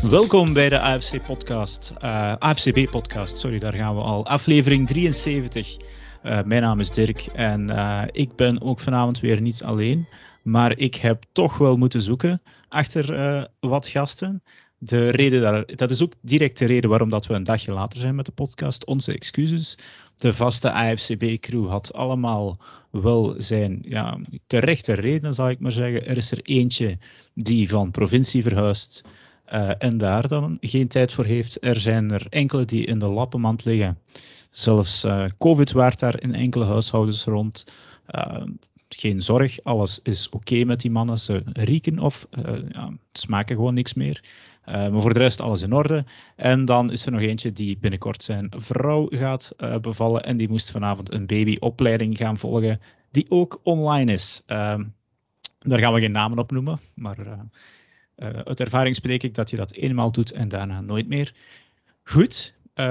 Welkom bij de AFCB-podcast, daar gaan we al. Aflevering 73. Mijn naam is Dirk en ik ben ook vanavond weer niet alleen. Maar ik heb toch wel moeten zoeken achter wat gasten. Dat is ook direct de reden waarom dat we een dagje later zijn met de podcast. Onze excuses. De vaste AFCB-crew had allemaal wel zijn terechte redenen, zal ik maar zeggen. Er is er eentje die van provincie verhuist en daar dan geen tijd voor heeft. Er zijn er enkele die in de lappenmand liggen. Zelfs COVID waart daar in enkele huishoudens rond. Geen zorg, alles is oké met die mannen. Ze rieken of smaken gewoon niks meer. Maar voor de rest alles in orde. En dan is er nog eentje die binnenkort zijn vrouw gaat bevallen. En die moest vanavond een babyopleiding gaan volgen, die ook online is. Daar gaan we geen namen op noemen, maar uit ervaring spreek ik dat je dat eenmaal doet en daarna nooit meer. Goed.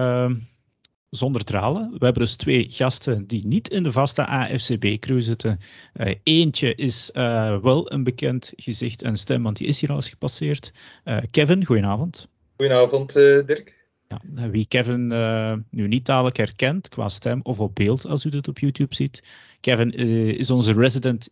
Zonder dralen. We hebben dus 2 gasten die niet in de vaste AFCB-crew zitten. Eentje is wel een bekend gezicht en stem, want die is hier al eens gepasseerd. Kevin, goedenavond. Goedenavond, Dirk. Ja, wie Kevin nu niet dadelijk herkent qua stem of op beeld, als u dit op YouTube ziet. Kevin is onze resident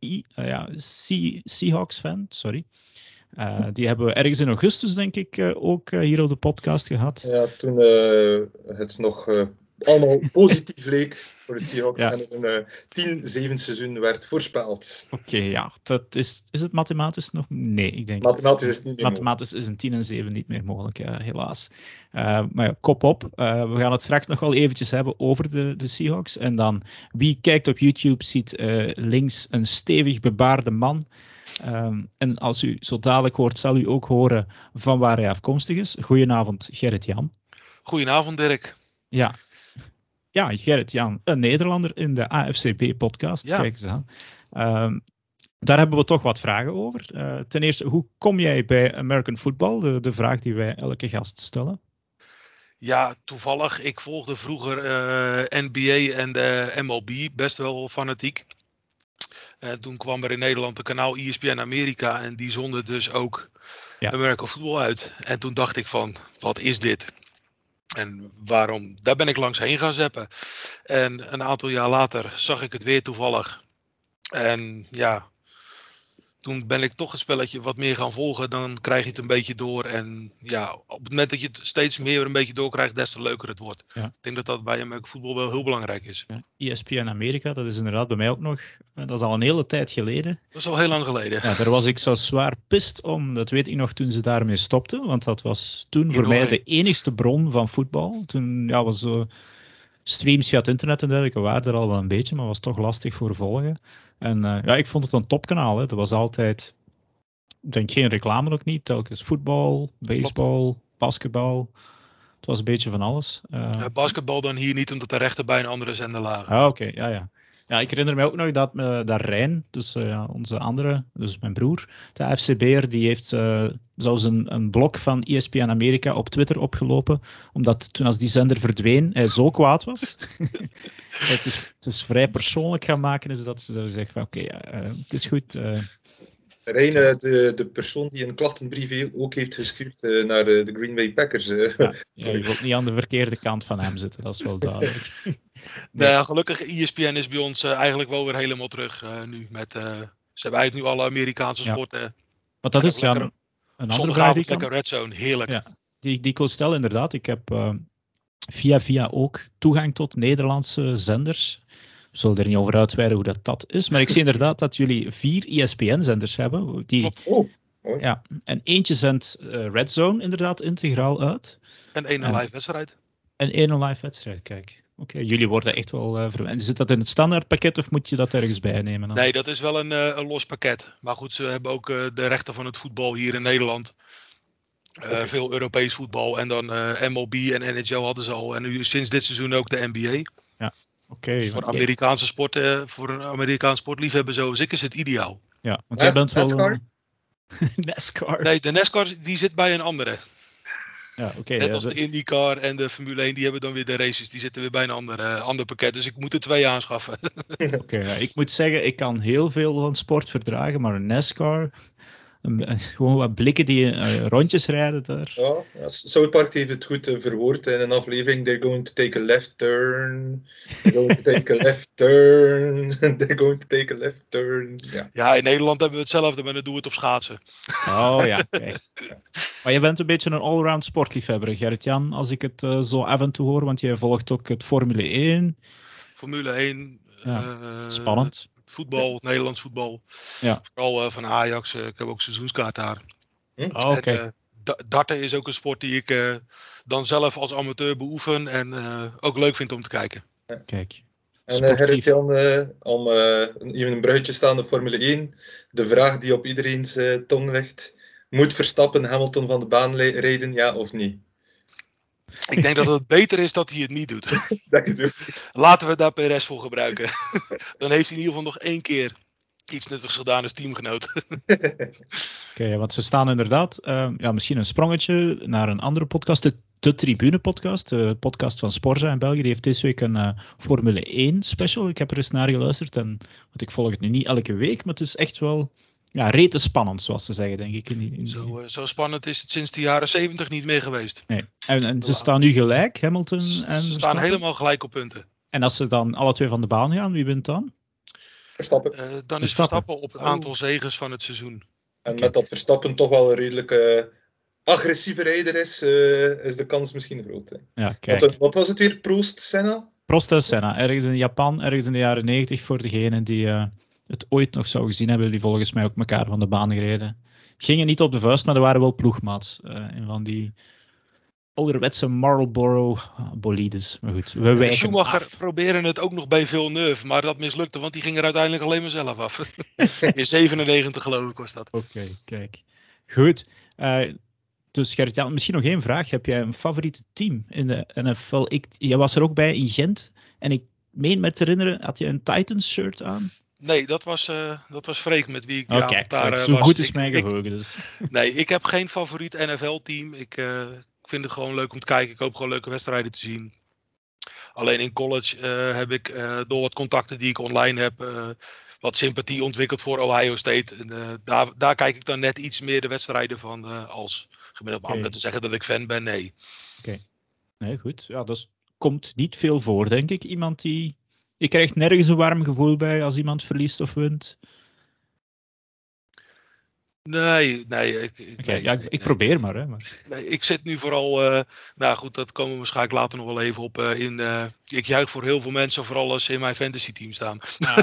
Seahawks-fan, sorry. Die hebben we ergens in augustus, denk ik, ook hier op de podcast gehad. Ja, toen het nog allemaal positief leek voor de Seahawks en een 10-7 seizoen werd voorspeld. Oké, dat is het mathematisch nog? Nee, ik denk mathematisch is het niet meer mathematisch mogelijk. Is een 10-7 niet meer mogelijk, helaas. Maar ja, kop op. We gaan het straks nog wel eventjes hebben over de Seahawks. En dan, wie kijkt op YouTube, ziet links een stevig bebaarde man. En als u zo dadelijk hoort, zal u ook horen van waar hij afkomstig is. Goedenavond, Gerrit-Jan. Goedenavond, Dirk. Ja, Gerrit-Jan, een Nederlander in de AFCB-podcast. Ja. Kijk eens aan. Daar hebben we toch wat vragen over. Ten eerste, hoe kom jij bij American Football? De vraag die wij elke gast stellen. Ja, toevallig. Ik volgde vroeger NBA en de MLB best wel fanatiek. Toen kwam er in Nederland een kanaal ESPN Amerika en die zonden dus ook American Football uit. En toen dacht ik van, wat is dit? En waarom? Daar ben ik langs heen gaan zappen. En een aantal jaar later zag ik het weer toevallig. En ja, toen ben ik toch het spelletje wat meer gaan volgen. Dan krijg je het een beetje door. En ja, op het moment dat je het steeds meer een beetje doorkrijgt, des te leuker het wordt. Ja. Ik denk dat dat bij American Football wel heel belangrijk is. Ja. ESPN Amerika, dat is inderdaad bij mij ook nog. Dat is al een hele tijd geleden. Dat is al heel lang geleden. Ja, daar was ik zo zwaar pist om. Dat weet ik nog toen ze daarmee stopten. Want dat was toen voor mij de enigste bron van voetbal. Toen was zo... Streams via het internet en dergelijke waren er al wel een beetje, maar was toch lastig voor volgen. En ik vond het een topkanaal. Hè. Er was altijd, ik denk geen reclame ook niet, telkens voetbal, baseball, basketbal. Het was een beetje van alles. Basketbal dan hier niet, omdat de rechten bij een andere zender lagen. Oké, ja. Ja, ik herinner me ook nog dat Rijn, dus onze andere, dus mijn broer, de FCB'er, die heeft zelfs een blog van ESPN Amerika op Twitter opgelopen, omdat toen als die zender verdween, hij zo kwaad was. Het is vrij persoonlijk gaan maken, is dat ze zeggen van oké, het is goed. Rijn, de persoon die een klachtenbrief ook heeft gestuurd naar de Green Bay Packers. Ja, je wilt niet aan de verkeerde kant van hem zitten, dat is wel duidelijk. Nee, gelukkig, ESPN is bij ons eigenlijk wel weer helemaal terug nu. Ze hebben eigenlijk nu alle Amerikaanse sporten. Maar dat is een andere vraag. Lekker Red Zone, heerlijk. Ja, die ik wil stellen, inderdaad. Ik heb via ook toegang tot Nederlandse zenders. We zullen er niet over uitweiden hoe dat is. Maar ik zie inderdaad dat jullie 4 ESPN-zenders hebben. Ja, en eentje zendt Red Zone inderdaad integraal uit. En 1 live wedstrijd. En 1 live wedstrijd, kijk. Oké, jullie worden echt wel verwend. Zit dat in het standaardpakket of moet je dat ergens bijnemen? Nee, dat is wel een los pakket. Maar goed, ze hebben ook de rechten van het voetbal hier in Nederland. Veel Europees voetbal. En dan MLB en NHL hadden ze al. En nu sinds dit seizoen ook de NBA. Ja. Okay, voor Amerikaanse sporten, voor een Amerikaans sportliefhebber zoals ik, is het ideaal. Ja, want jij bent wel... NASCAR? NASCAR? Nee, de NASCAR die zit bij een andere. Ja, Net als de IndyCar en de Formule 1, die hebben dan weer de races. Die zitten weer bij een ander pakket. Dus ik moet er 2 aanschaffen. Oké, ik moet zeggen, ik kan heel veel van sport verdragen, maar een NASCAR... Gewoon wat blikken die rondjes rijden daar. Ja, South Park heeft het goed verwoord in een aflevering. They're going to take a left turn. They're going to take a left turn. They're going to take a left turn. Ja, in Nederland hebben we hetzelfde, maar dan doen we het op schaatsen. Oh ja, kijk. Maar je bent een beetje een allround sportliefhebber, Gerrit-Jan, als ik het zo af en toe hoor, want jij volgt ook het Formule 1. Formule 1. Spannend. Voetbal, Nederlands voetbal. Ja. Vooral van Ajax. Ik heb ook seizoenskaart daar. Oh, oké. Darten is ook een sport die ik dan zelf als amateur beoefen en ook leuk vind om te kijken. Kijk. En Gerrit-Jan, om even een bruggetje staan de Formule 1. De vraag die op iedereen's tong ligt. Moet Verstappen Hamilton van de baan rijden, ja of niet? Ik denk dat het beter is dat hij het niet doet. Dat ik het Laten we daar Perez voor gebruiken. Dan heeft hij in ieder geval nog 1 keer iets nuttigs gedaan als teamgenoot. Oké, want ze staan inderdaad, misschien een sprongetje naar een andere podcast, de Tribune podcast, de podcast van Sporza in België. Die heeft deze week een Formule 1 special. Ik heb er eens naar geluisterd, want ik volg het nu niet elke week, maar het is echt wel rete spannend, zoals ze zeggen, denk ik. Zo spannend is het sinds de jaren 70 niet meer geweest. Nee. En ze staan nu gelijk, Hamilton en Ze staan helemaal gelijk op punten. En als ze dan alle twee van de baan gaan, wie wint dan? Verstappen. Dan is Verstappen op het aantal zegens van het seizoen. En met dat Verstappen toch wel een redelijk agressieve rijder is de kans misschien groot. Hè. Ja, kijk. Wat was het weer? Prost, Senna? Prost en Senna. Ergens in Japan, ergens in de jaren 90, voor degenen die het ooit nog zou gezien hebben, die volgens mij ook elkaar van de baan gereden. Gingen niet op de vuist, maar er waren wel ploegmaats. En van die ouderwetse Marlboro bolides. Maar goed, we wijken Schumacher proberen het ook nog bij Villeneuve, maar dat mislukte, want die ging er uiteindelijk alleen maar zelf af. In 97 geloof ik was dat. Oké, kijk. Goed. Dus Gerrit, misschien nog één vraag. Heb jij een favoriete team in de NFL? Jij was er ook bij in Gent. En ik meen me te herinneren, had je een Titans shirt aan? Nee, dat was Freek met wie ik daar was. Zo goed is mijn geheugen. Dus. Nee, ik heb geen favoriet NFL-team. Ik vind het gewoon leuk om te kijken. Ik hoop gewoon leuke wedstrijden te zien. Alleen in college heb ik door wat contacten die ik online heb wat sympathie ontwikkeld voor Ohio State. En, daar kijk ik dan net iets meer de wedstrijden van als gemiddeld. Maar om te zeggen dat ik fan ben, nee. Oké. Nee, goed. Ja, dat komt niet veel voor, denk ik. Iemand die... Je krijgt nergens een warm gevoel bij als iemand verliest of wint. Nee. Ik probeer maar. Hè, maar. Nee, ik zit nu vooral... dat komen we waarschijnlijk later nog wel even op. Ik juich voor heel veel mensen, vooral als ze in mijn fantasy team staan.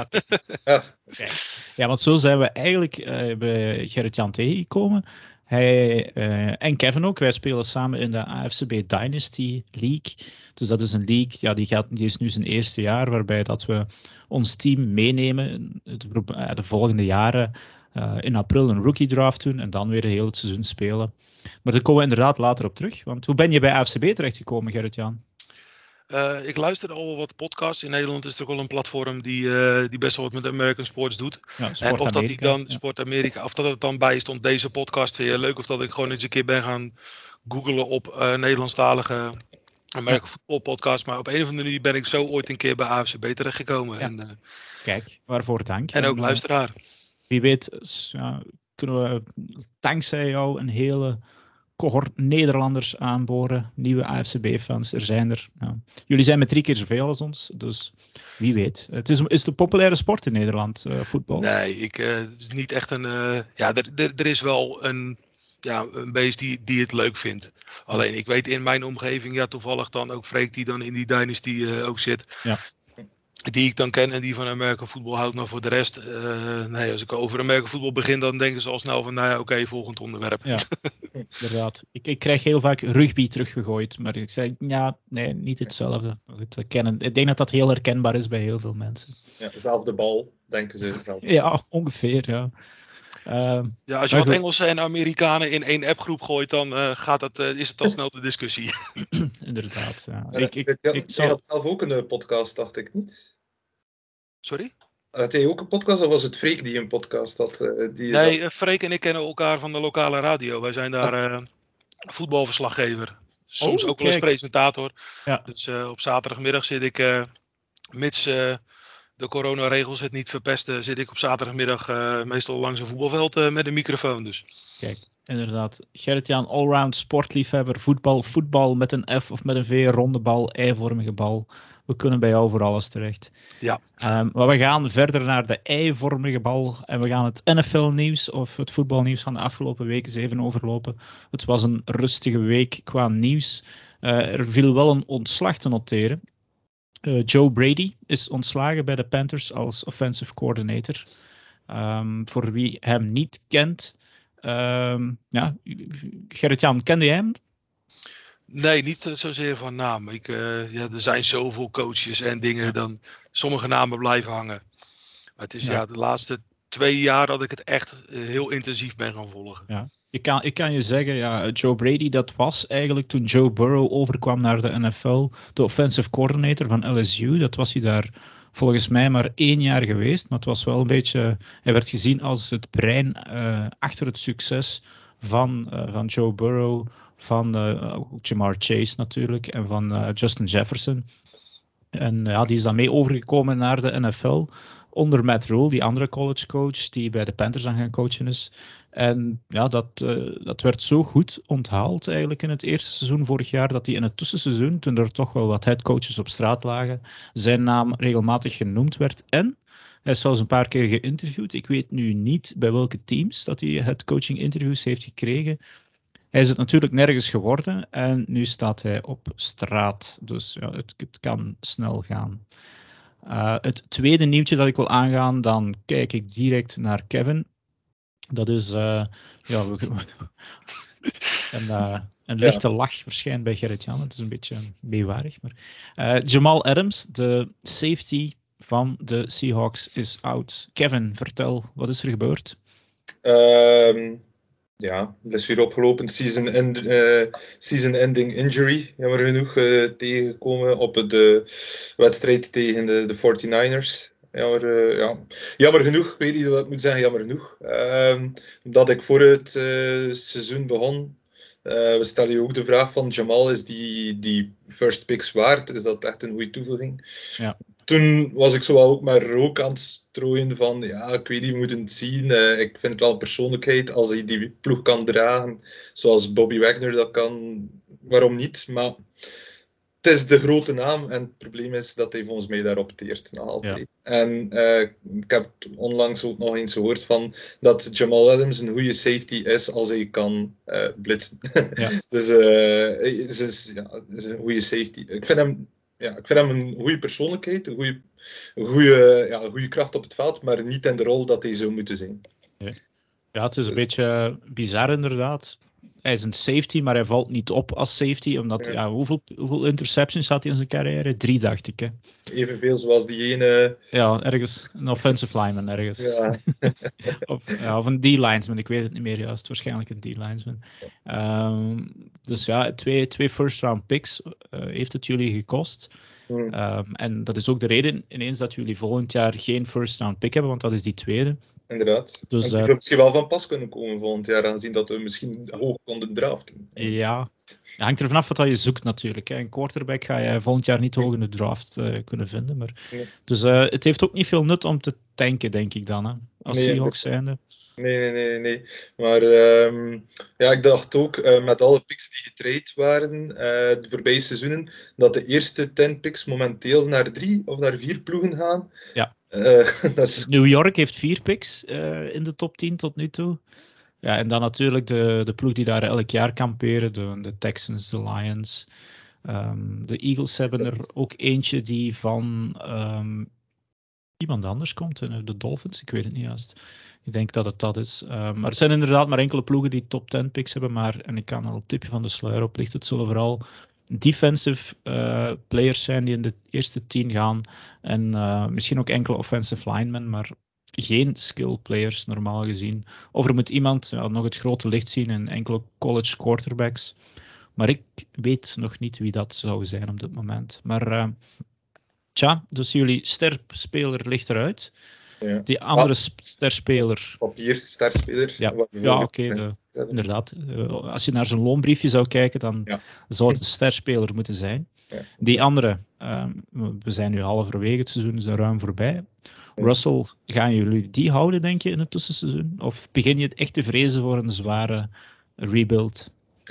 Okay. Ja, want zo zijn we eigenlijk bij Gerrit-Jan tegengekomen. Hij en Kevin ook. Wij spelen samen in de AFCB Dynasty League. Dus dat is een league, die is nu zijn eerste jaar, waarbij dat we ons team meenemen de volgende jaren. In april een rookie draft doen en dan weer heel het seizoen spelen. Maar daar komen we inderdaad later op terug. Want hoe ben je bij AFCB terechtgekomen, Gerrit-Jan? Ik luister al wat podcasts. In Nederland is er ook wel een platform die best wel wat met American Sports doet. Ja, en of dat die dan Sport Amerika, of dat het dan bij stond, deze podcast vind je leuk, of dat ik gewoon eens een keer ben gaan googlen op Nederlandstalige American Football podcast. Maar op een of andere manier ben ik zo ooit een keer bij AFCB terechtgekomen. Ja. Kijk, waarvoor dank. En ook luisteraar. Wie weet kunnen we dankzij jou een hele cohort Nederlanders aanboren. Nieuwe AFCB-fans, er zijn er. Ja. Jullie zijn met 3 keer zoveel als ons, dus wie weet. Is het een populaire sport in Nederland, voetbal? Nee, het is niet echt een... er is wel een beest die het leuk vindt. Alleen, ik weet in mijn omgeving, toevallig dan ook Freek die dan in die Dynasty ook zit. Ja. Die ik dan ken en die van American voetbal houdt. Maar voor de rest, als ik over American voetbal begin, dan denken ze al snel van, volgend onderwerp. Ja, inderdaad. Ik krijg heel vaak rugby teruggegooid, maar ik zeg, nee, niet hetzelfde. Ik denk dat dat heel herkenbaar is bij heel veel mensen. Ja, dezelfde bal, denken ze. Ja, ongeveer, ja. Als je wat Engelsen en Amerikanen in één appgroep gooit, dan is het al snel de discussie. Inderdaad, ja. Jij had zelf ook een podcast, dacht ik niet? Sorry? Had jij ook een podcast of was het Freek die een podcast had? Freek en ik kennen elkaar van de lokale radio. Wij zijn daar voetbalverslaggever. Soms ook wel eens presentator. Ja. Dus op zaterdagmiddag zit ik, mits de coronaregels het niet verpesten, zit ik op zaterdagmiddag meestal langs een voetbalveld met een microfoon. Dus. Kijk, inderdaad. Gerrit-Jan, allround sportliefhebber, voetbal met een F of met een V, ronde bal, eivormige bal. We kunnen bij jou voor alles terecht. Ja. Maar we gaan verder naar de eivormige bal en we gaan het NFL-nieuws of het voetbalnieuws van de afgelopen weken eens even overlopen. Het was een rustige week qua nieuws. Er viel wel een ontslag te noteren. Joe Brady is ontslagen bij de Panthers als offensive coordinator. Voor wie hem niet kent. Gerrit-Jan, kende jij hem? Nee, niet zozeer van naam. Er zijn zoveel coaches en dingen, dan sommige namen blijven hangen. Maar het is de laatste 2 jaar dat ik het echt heel intensief ben gaan volgen. Ja. Ik kan je zeggen, Joe Brady, dat was eigenlijk toen Joe Burrow overkwam naar de NFL, de offensive coordinator van LSU. Dat was hij daar volgens mij maar 1 jaar geweest, maar het was wel een beetje, hij werd gezien als het brein achter het succes van Joe Burrow, van Jamar Chase natuurlijk en van Justin Jefferson. En die is dan mee overgekomen naar de NFL onder Matt Rhule, die andere collegecoach die bij de Panthers aan gaan coachen is. En dat werd zo goed onthaald eigenlijk in het eerste seizoen vorig jaar, dat hij in het tussenseizoen, toen er toch wel wat headcoaches op straat lagen, zijn naam regelmatig genoemd werd. En hij is zelfs een paar keer geïnterviewd. Ik weet nu niet bij welke teams dat hij headcoaching interviews heeft gekregen. Hij is het natuurlijk nergens geworden en nu staat hij op straat. Dus het kan snel gaan. Het tweede nieuwtje dat ik wil aangaan, dan kijk ik direct naar Kevin. Dat is een lichte lach verschijnt bij Gerrit-Jan. Het is een beetje meewarig. Maar, Jamal Adams, de safety van de Seahawks, is out. Kevin, vertel, wat is er gebeurd? Blessure opgelopen, season-ending injury, jammer genoeg, tegengekomen op de wedstrijd tegen de 49ers. Jammer genoeg, ik weet niet wat ik moet zeggen, jammer genoeg. Dat ik voor het seizoen begon, we stellen je ook de vraag van Jamal, is die first picks waard? Is dat echt een goede toevoeging? Ja. Toen was ik zo wel ook maar rook aan het strooien van, ik weet niet, we moeten het zien. Ik vind het wel een persoonlijkheid als hij die ploeg kan dragen, zoals Bobby Wagner dat kan, waarom niet? Maar het is de grote naam en het probleem is dat hij volgens mij daarop teert, nog altijd. Ja. En ik heb onlangs ook nog eens gehoord van dat Jamal Adams een goede safety is als hij kan blitsen. Ja. Dus het is een goede safety. Ik vind hem een goede persoonlijkheid, een goede kracht op het veld, maar niet in de rol dat hij zou moeten zijn. Ja, het is een beetje bizar inderdaad. Hij is een safety, maar hij valt niet op als safety. Omdat, hoeveel interceptions had hij in zijn carrière? 3, dacht ik. Hè? Evenveel zoals die ene... Ja, ergens. Een offensive lineman ergens. Ja. of een D-linesman, ik weet het niet meer juist. Waarschijnlijk een D-linesman. Dus twee first-round picks heeft het jullie gekost. En dat is ook de reden ineens dat jullie volgend jaar geen first-round pick hebben, want dat is die tweede. Inderdaad. Dus, die zou misschien wel van pas kunnen komen volgend jaar, aangezien dat we misschien hoog konden draften. Ja, het hangt er vanaf wat je zoekt natuurlijk. Hè. Een quarterback ga je volgend jaar niet hoog in de draft kunnen vinden. Maar... Nee. Dus het heeft ook niet veel nut om te tanken, denk ik dan, hè, als Seahawks zijnde. Nee. Maar ik dacht ook, met alle picks die getrade waren de voorbije seizoenen, dat de eerste 10 picks momenteel naar 3 of naar 4 ploegen gaan. Ja. New York heeft 4 picks in de top 10 tot nu toe. Ja, en dan natuurlijk de ploeg die daar elk jaar kamperen. De Texans, de Lions. De Eagles hebben er ook eentje die van iemand anders komt. De Dolphins, ik weet het niet juist. Ik denk dat het dat is. Maar er zijn inderdaad maar enkele ploegen die top 10 picks hebben. En ik kan al op tipje van de sluier oplichten. Het zullen vooral defensive players zijn die in de eerste 10 gaan. En misschien ook enkele offensive linemen, maar geen skill players normaal gezien. Of er moet iemand nog het grote licht zien in enkele college quarterbacks. Maar ik weet nog niet wie dat zou zijn op dit moment. Maar dus jullie sterspeler ligt eruit. Ja. Die andere sterspeler... Papier, sterspeler. Oké, inderdaad. Als je naar zijn loonbriefje zou kijken, dan zou het een sterspeler moeten zijn. Die andere, we zijn nu halverwege, het seizoen is er ruim voorbij. Russell, gaan jullie die houden, denk je, in het tussenseizoen? Of begin je echt te vrezen voor een zware rebuild?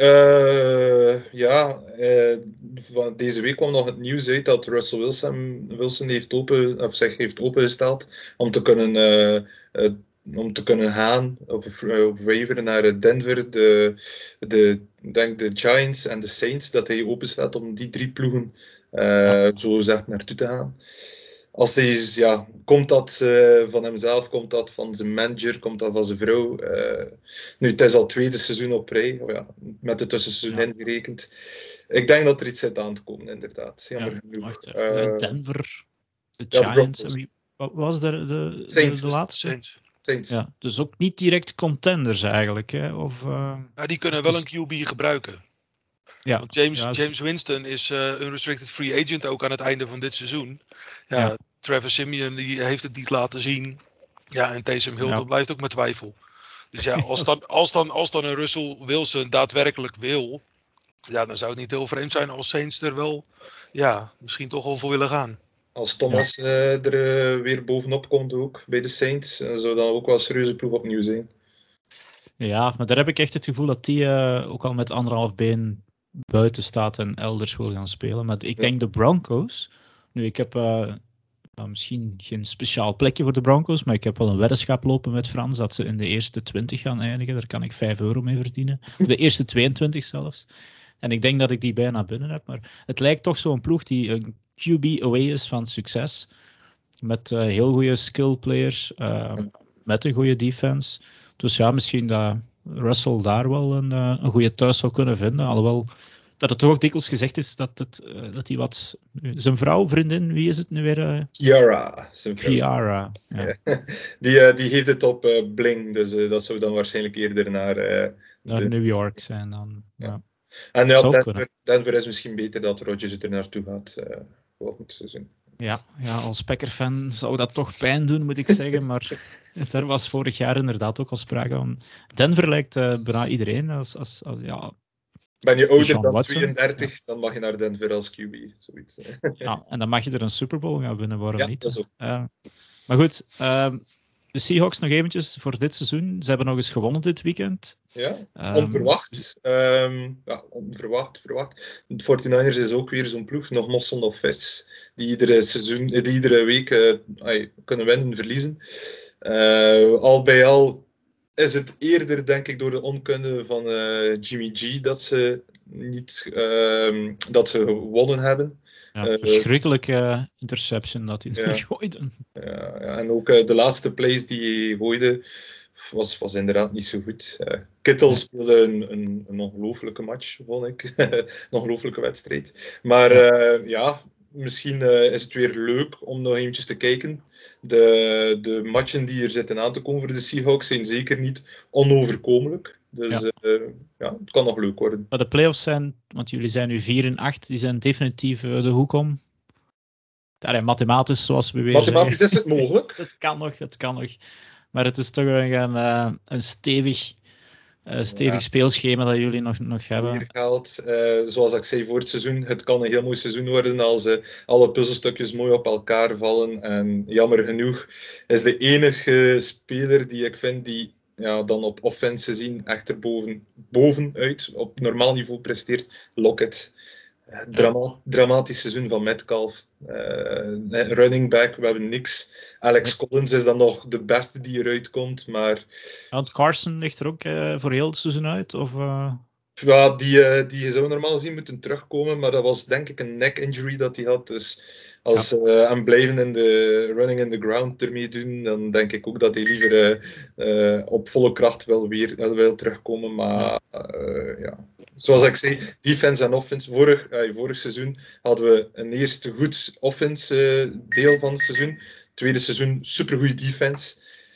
Van deze week kwam nog het nieuws uit dat Russell Wilson zich heeft opengesteld om te kunnen gaan op waiver naar Denver, de Giants en de Saints, dat hij openstaat om die 3 ploegen zo gezegd naartoe te gaan. Als hij komt dat van hemzelf, komt dat van zijn manager, komt dat van zijn vrouw. Nu, het is al het 2e seizoen op rij, met het tussenseizoen ingerekend. Ik denk dat er iets zit aan te komen, inderdaad. Jammer genoeg. Wacht even. Denver, de Giants. Wat was de laatste? Saints. Ja, dus ook niet direct contenders eigenlijk. Hè? Of, die kunnen wel een QB gebruiken. Ja. Want James Winston is unrestricted free agent ook aan het einde van dit seizoen. Ja. Trevor Siemian die heeft het niet laten zien. Ja, en Taysom Hill dat blijft ook met twijfel. Dus ja, als dan een Russell Wilson daadwerkelijk wil, dan zou het niet heel vreemd zijn als Saints er wel, misschien toch wel voor willen gaan. Als Thomas er weer bovenop komt ook bij de Saints, zou dan ook wel een serieuze ploeg opnieuw zijn. Ja, maar daar heb ik echt het gevoel dat die ook al met 1,5 been buiten staat en elders wil gaan spelen. Maar ik denk de Broncos. Nu, ik heb misschien geen speciaal plekje voor de Broncos, maar ik heb wel een weddenschap lopen met Frans dat ze in de eerste 20 gaan eindigen. Daar kan ik €5 mee verdienen. De eerste 22 zelfs. En ik denk dat ik die bijna binnen heb. Maar het lijkt toch zo'n ploeg die een QB away is van succes. Met heel goede skill players. Met een goede defense. Dus ja, misschien dat Russell daar wel een goede thuis zou kunnen vinden. Alhoewel dat het toch ook dikwijls gezegd is dat hij wat... Zijn vrouw, vriendin, wie is het nu weer? Kiara. Kiara, ja. Die heeft het op Bling, dus dat zou dan waarschijnlijk eerder naar New York zijn dan. Ja. En Denver is misschien beter dat Rodgers er naartoe gaat volgend seizoen. Ja, als Packer-fan zou dat toch pijn doen, moet ik zeggen. Maar daar was vorig jaar inderdaad ook al sprake van. Denver lijkt bijna iedereen als ben je ouder dan 32, dan mag je naar Denver als QB. Zoiets. Ja, en dan mag je er een Super Bowl gaan winnen, waarom niet? Dat is ook. Maar goed, de Seahawks nog eventjes voor dit seizoen. Ze hebben nog eens gewonnen dit weekend. Ja, onverwacht. Onverwacht. De 49ers is ook weer zo'n ploeg, nog mossel nog vis, die iedere week kunnen winnen, verliezen. Al bij al is het eerder, denk ik, door de onkunde van Jimmy G dat ze gewonnen hebben. Ja, verschrikkelijke interception dat hij er gooide. Ja, en ook de laatste plays die hij gooide was inderdaad niet zo goed. Kittle speelde een ongelooflijke match, vond ik. Een ongelooflijke wedstrijd. Maar misschien is het weer leuk om nog eventjes te kijken. De matchen die er zitten aan te komen voor de Seahawks zijn zeker niet onoverkomelijk. Dus het kan nog leuk worden. Maar de playoffs zijn, want jullie zijn nu 4-8, die zijn definitief de hoek om. Mathematisch, zoals we weer mathematisch zeggen. Is het mogelijk. Het kan nog. Maar het is toch een stevig speelschema dat jullie nog hebben. Hier geldt, zoals ik zei voor het seizoen, het kan een heel mooi seizoen worden als alle puzzelstukjes mooi op elkaar vallen. En jammer genoeg is de enige speler die ik vind die dan op offense zien echt er bovenuit op normaal niveau presteert, Lockett. Dramatisch seizoen van Metcalf. Running back, we hebben niks. Alex Collins is dan nog de beste die eruit komt, maar... Want Carson ligt er ook voor heel het seizoen uit? Of, Ja, die zou normaal gezien moeten terugkomen, maar dat was denk ik een neck injury dat hij had. Dus als ze hem blijven in de running in the ground ermee doen, dan denk ik ook dat hij liever op volle kracht wil terugkomen. Maar zoals ik zei, defense en offense. Vorig seizoen hadden we een eerste goed offense deel van het seizoen. Tweede seizoen supergoeie defense.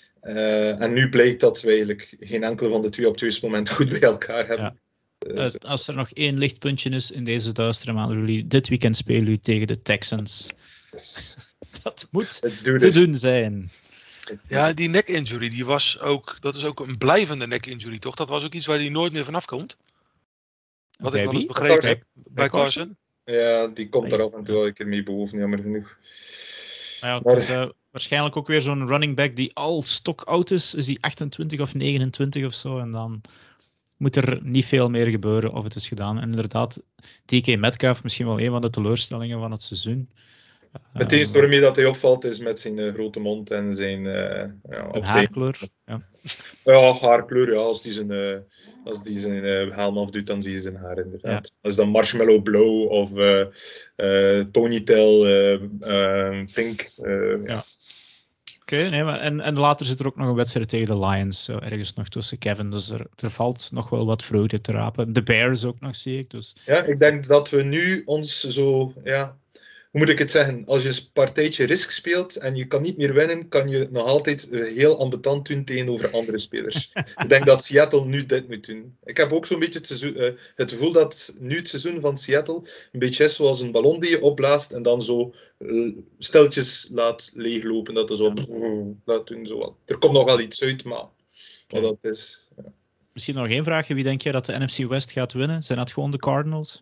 En nu blijkt dat we eigenlijk geen enkele van de twee op het juiste moment goed bij elkaar hebben. Ja. Als er nog één lichtpuntje is in deze duistere maanden, dit weekend spelen jullie tegen de Texans. Yes. Dat moet te doen zijn. Ja, die neck injury, dat is ook een blijvende neck injury, toch? Dat was ook iets waar hij nooit meer vanaf komt. Wat ik wel eens begrepen heb bij Carson. Ja, die komt er af en toe wel een keer mee boven, jammer genoeg. Ja, het is waarschijnlijk ook weer zo'n running back die al stokoud is. Is die 28 of 29 of zo? En dan moet er niet veel meer gebeuren of het is gedaan. En inderdaad, DK Metcalf misschien wel een van de teleurstellingen van het seizoen. Het eerste waarmee dat hij opvalt is met zijn grote mond en zijn haarkleur. Ja, haarkleur. Ja, als die zijn helm afdoet, dan zie je zijn haar inderdaad. Ja. Als dan marshmallow blauw of ponytail pink. Ja. Oké, nee, maar en later zit er ook nog een wedstrijd tegen de Lions, ergens nog tussen Kevin. Dus er valt nog wel wat vreugde te rapen. De Bears ook nog, zie ik. Dus. Ja, ik denk dat we nu ons zo... Ja, hoe moet ik het zeggen? Als je een partijtje Risk speelt en je kan niet meer winnen, kan je nog altijd heel ambetant doen tegenover andere spelers. Ik denk dat Seattle nu dit moet doen. Ik heb ook zo'n beetje het gevoel dat nu het seizoen van Seattle een beetje is zoals een ballon die je opblaast en dan zo stiltjes laat leeglopen. Dat is zo laat doen. Zo. Er komt nog wel iets uit, maar wat dat is... Ja. Misschien nog één vraagje. Wie denk jij dat de NFC West gaat winnen? Zijn dat gewoon de Cardinals?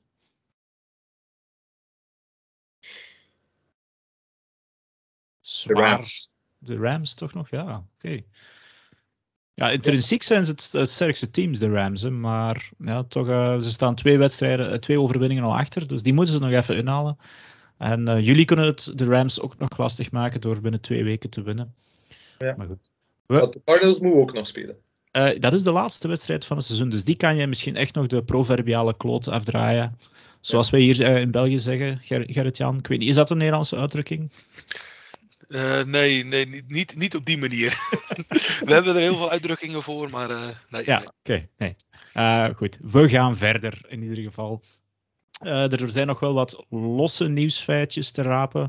Zwaar. De Rams toch nog? Ja, oké. Ja, intrinsiek zijn ze het sterkste teams, de Rams. Hè, maar ja, toch, ze staan 2 overwinningen al achter. Dus die moeten ze nog even inhalen. En jullie kunnen het de Rams ook nog lastig maken door binnen 2 weken te winnen. Ja. Maar goed. De Cardinals moeten ook nog spelen. Dat is de laatste wedstrijd van het seizoen. Dus die kan je misschien echt nog de proverbiale kloot afdraaien. Zoals wij hier in België zeggen, Gerrit-Jan. Ik weet niet, is dat een Nederlandse uitdrukking? Nee, niet op die manier. We hebben er heel veel uitdrukkingen voor, maar nee. Ja, oké. Nee. Goed, we gaan verder in ieder geval. Er zijn nog wel wat losse nieuwsfeitjes te rapen.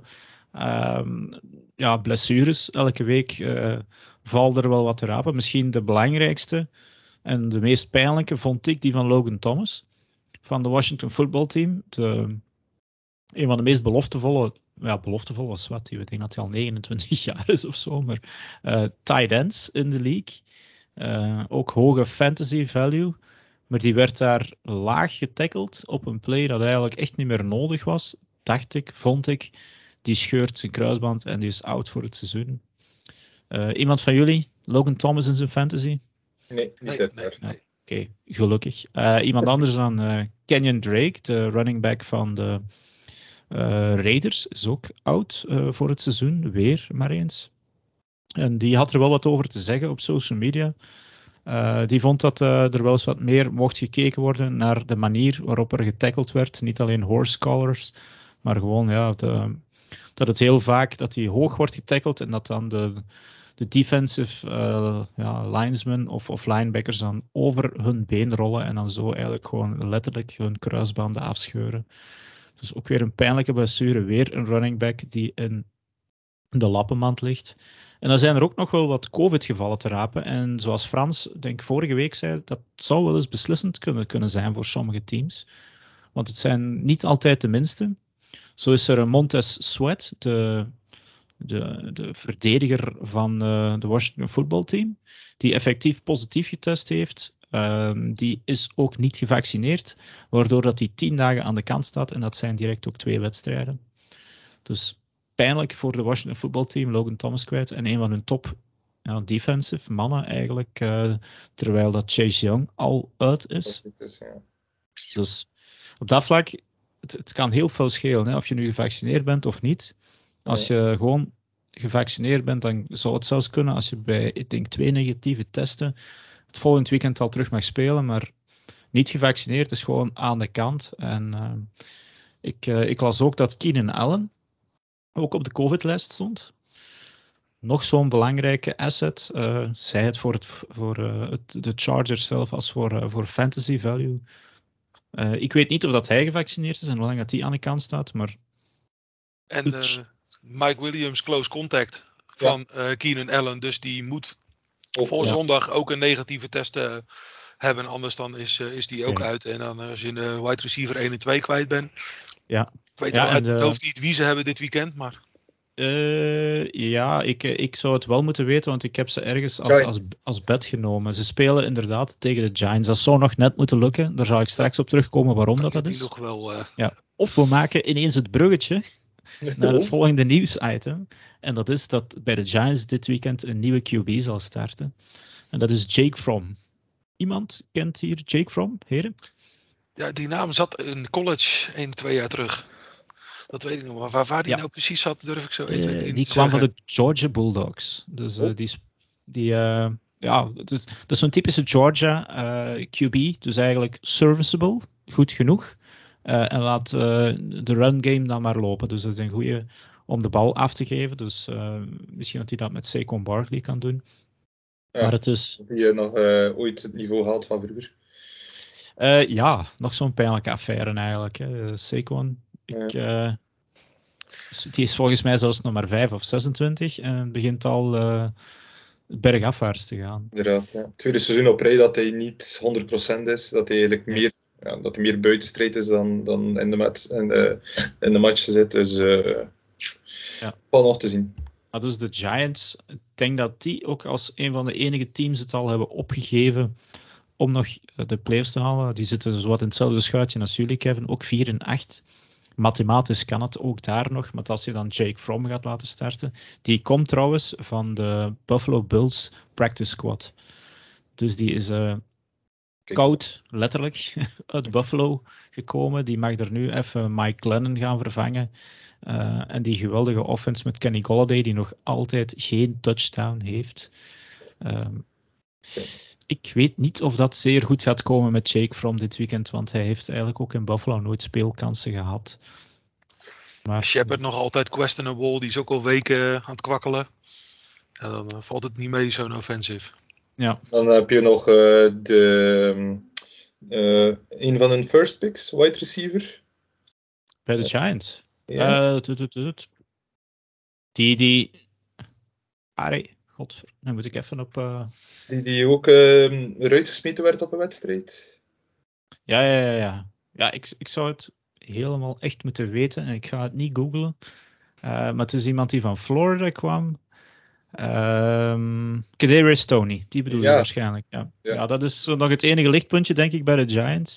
Blessures. Elke week valt er wel wat te rapen. Misschien de belangrijkste en de meest pijnlijke vond ik die van Logan Thomas. Van de Washington Football Team. Een van de meest beloftevolle is wat, ik denk dat hij al 29 jaar is of zo, maar tight ends in de league. Ook hoge fantasy value, maar die werd daar laag getackled op een play dat eigenlijk echt niet meer nodig was, vond ik. Die scheurt zijn kruisband en die is out voor het seizoen. Iemand van jullie? Logan Thomas in zijn fantasy? Nee, niet dit jaar. Nee. Oké, gelukkig. Iemand anders dan Kenyon Drake, de running back van de Raiders, is ook out voor het seizoen. Weer maar eens. En die had er wel wat over te zeggen op social media. Die vond dat er wel eens wat meer mocht gekeken worden naar de manier waarop er getackled werd. Niet alleen horse collars, maar gewoon dat het heel vaak dat die hoog wordt getackled en dat dan de defensive linesmen of linebackers dan over hun been rollen en dan zo eigenlijk gewoon letterlijk hun kruisbanden afscheuren. Dus ook weer een pijnlijke blessure, weer een running back die in de lappenmand ligt. En dan zijn er ook nog wel wat COVID-gevallen te rapen. En zoals Frans, denk vorige week zei, dat zou wel eens beslissend kunnen zijn voor sommige teams. Want het zijn niet altijd de minste. Zo is er Montez Sweat, de verdediger van de Washington Football Team, die effectief positief getest heeft. Die is ook niet gevaccineerd, waardoor dat hij 10 dagen aan de kant staat. En dat zijn direct ook 2 wedstrijden. Dus pijnlijk voor de Washington Football Team, Logan Thomas kwijt. En een van hun top defensive mannen eigenlijk. Terwijl dat Chase Young al uit is. Dus op dat vlak, het kan heel veel schelen. Hè, of je nu gevaccineerd bent of niet. Als je gewoon gevaccineerd bent, dan zou het zelfs kunnen als je bij, ik denk, 2 negatieve testen het volgend weekend al terug mag spelen, maar niet gevaccineerd is gewoon aan de kant. En ik las ook dat Keenan Allen ook op de COVID-lijst stond. Nog zo'n belangrijke asset, zij het voor de Chargers zelf als voor fantasy value. Ik weet niet of dat hij gevaccineerd is en hoe lang dat hij aan de kant staat, maar... En Mike Williams, close contact van Keenan Allen, dus die moet voor zondag ook een negatieve test hebben, anders dan is die ook uit. En dan als je een wide receiver 1 en 2 kwijt bent. Ja. Ik weet uit het hoofd niet wie ze hebben dit weekend, maar... Ja, ik zou het wel moeten weten, want ik heb ze ergens als bet genomen. Ze spelen inderdaad tegen de Giants. Dat zou nog net moeten lukken. Daar zal ik straks op terugkomen waarom dat is. Nog wel, ja. Of we maken ineens het bruggetje naar het volgende nieuwsitem. En dat is dat bij de Giants dit weekend een nieuwe QB zal starten. En dat is Jake Fromm. Iemand kent hier Jake Fromm, heren? Ja, die naam zat in college 1-2 jaar terug. Dat weet ik nog. Maar waar die nou precies zat, durf ik zo 1, 2, 3 niet die te kwam zeggen. van de Georgia Bulldogs. Dus dat is zo'n typische Georgia QB. Dus eigenlijk serviceable, goed genoeg. En laat de run game dan maar lopen. Dus dat is een goede om de bal af te geven. Dus misschien dat hij dat met Saquon Barkley kan doen. Ja, maar het is... Die nog ooit het niveau haalt van vroeger. Ja, nog zo'n pijnlijke affaire eigenlijk. Saquon. Die is volgens mij zelfs nog maar 5 of 26 en het begint al bergafwaarts te gaan. Inderdaad, ja. Tweede seizoen op rij dat hij niet 100% is, dat hij eigenlijk meer buitenstrijd is dan in de match zit. Dus valt nog te zien. Maar dus de Giants, ik denk dat die ook als een van de enige teams het al hebben opgegeven om nog de playoffs te halen. Die zitten zo wat in hetzelfde schuitje als jullie, Kevin, ook 4-8. Mathematisch kan het ook daar nog, maar als je dan Jake Fromm gaat laten starten, die komt trouwens van de Buffalo Bills practice squad. Dus die is koud, letterlijk, uit Buffalo gekomen. Die mag er nu even Mike Glennon gaan vervangen. En die geweldige offense met Kenny Golladay, die nog altijd geen touchdown heeft. Ik weet niet of dat zeer goed gaat komen met Jake Fromm dit weekend, want hij heeft eigenlijk ook in Buffalo nooit speelkansen gehad. Maar Shepard nog altijd questionable, die is ook al weken aan het kwakkelen. Ja, dan valt het niet mee, zo'n offensive. Ja. Dan heb je nog een van hun first picks, wide receiver. Bij de Giants? Ja. Godver, nu moet ik even op... Die ook eruit gesmeten werd op een wedstrijd. Ja. Ja, ik zou het helemaal echt moeten weten en ik ga het niet googlen. Maar het is iemand die van Florida kwam. Kadarius Toney, die bedoel je waarschijnlijk. Ja, dat is nog het enige lichtpuntje, denk ik, bij de Giants.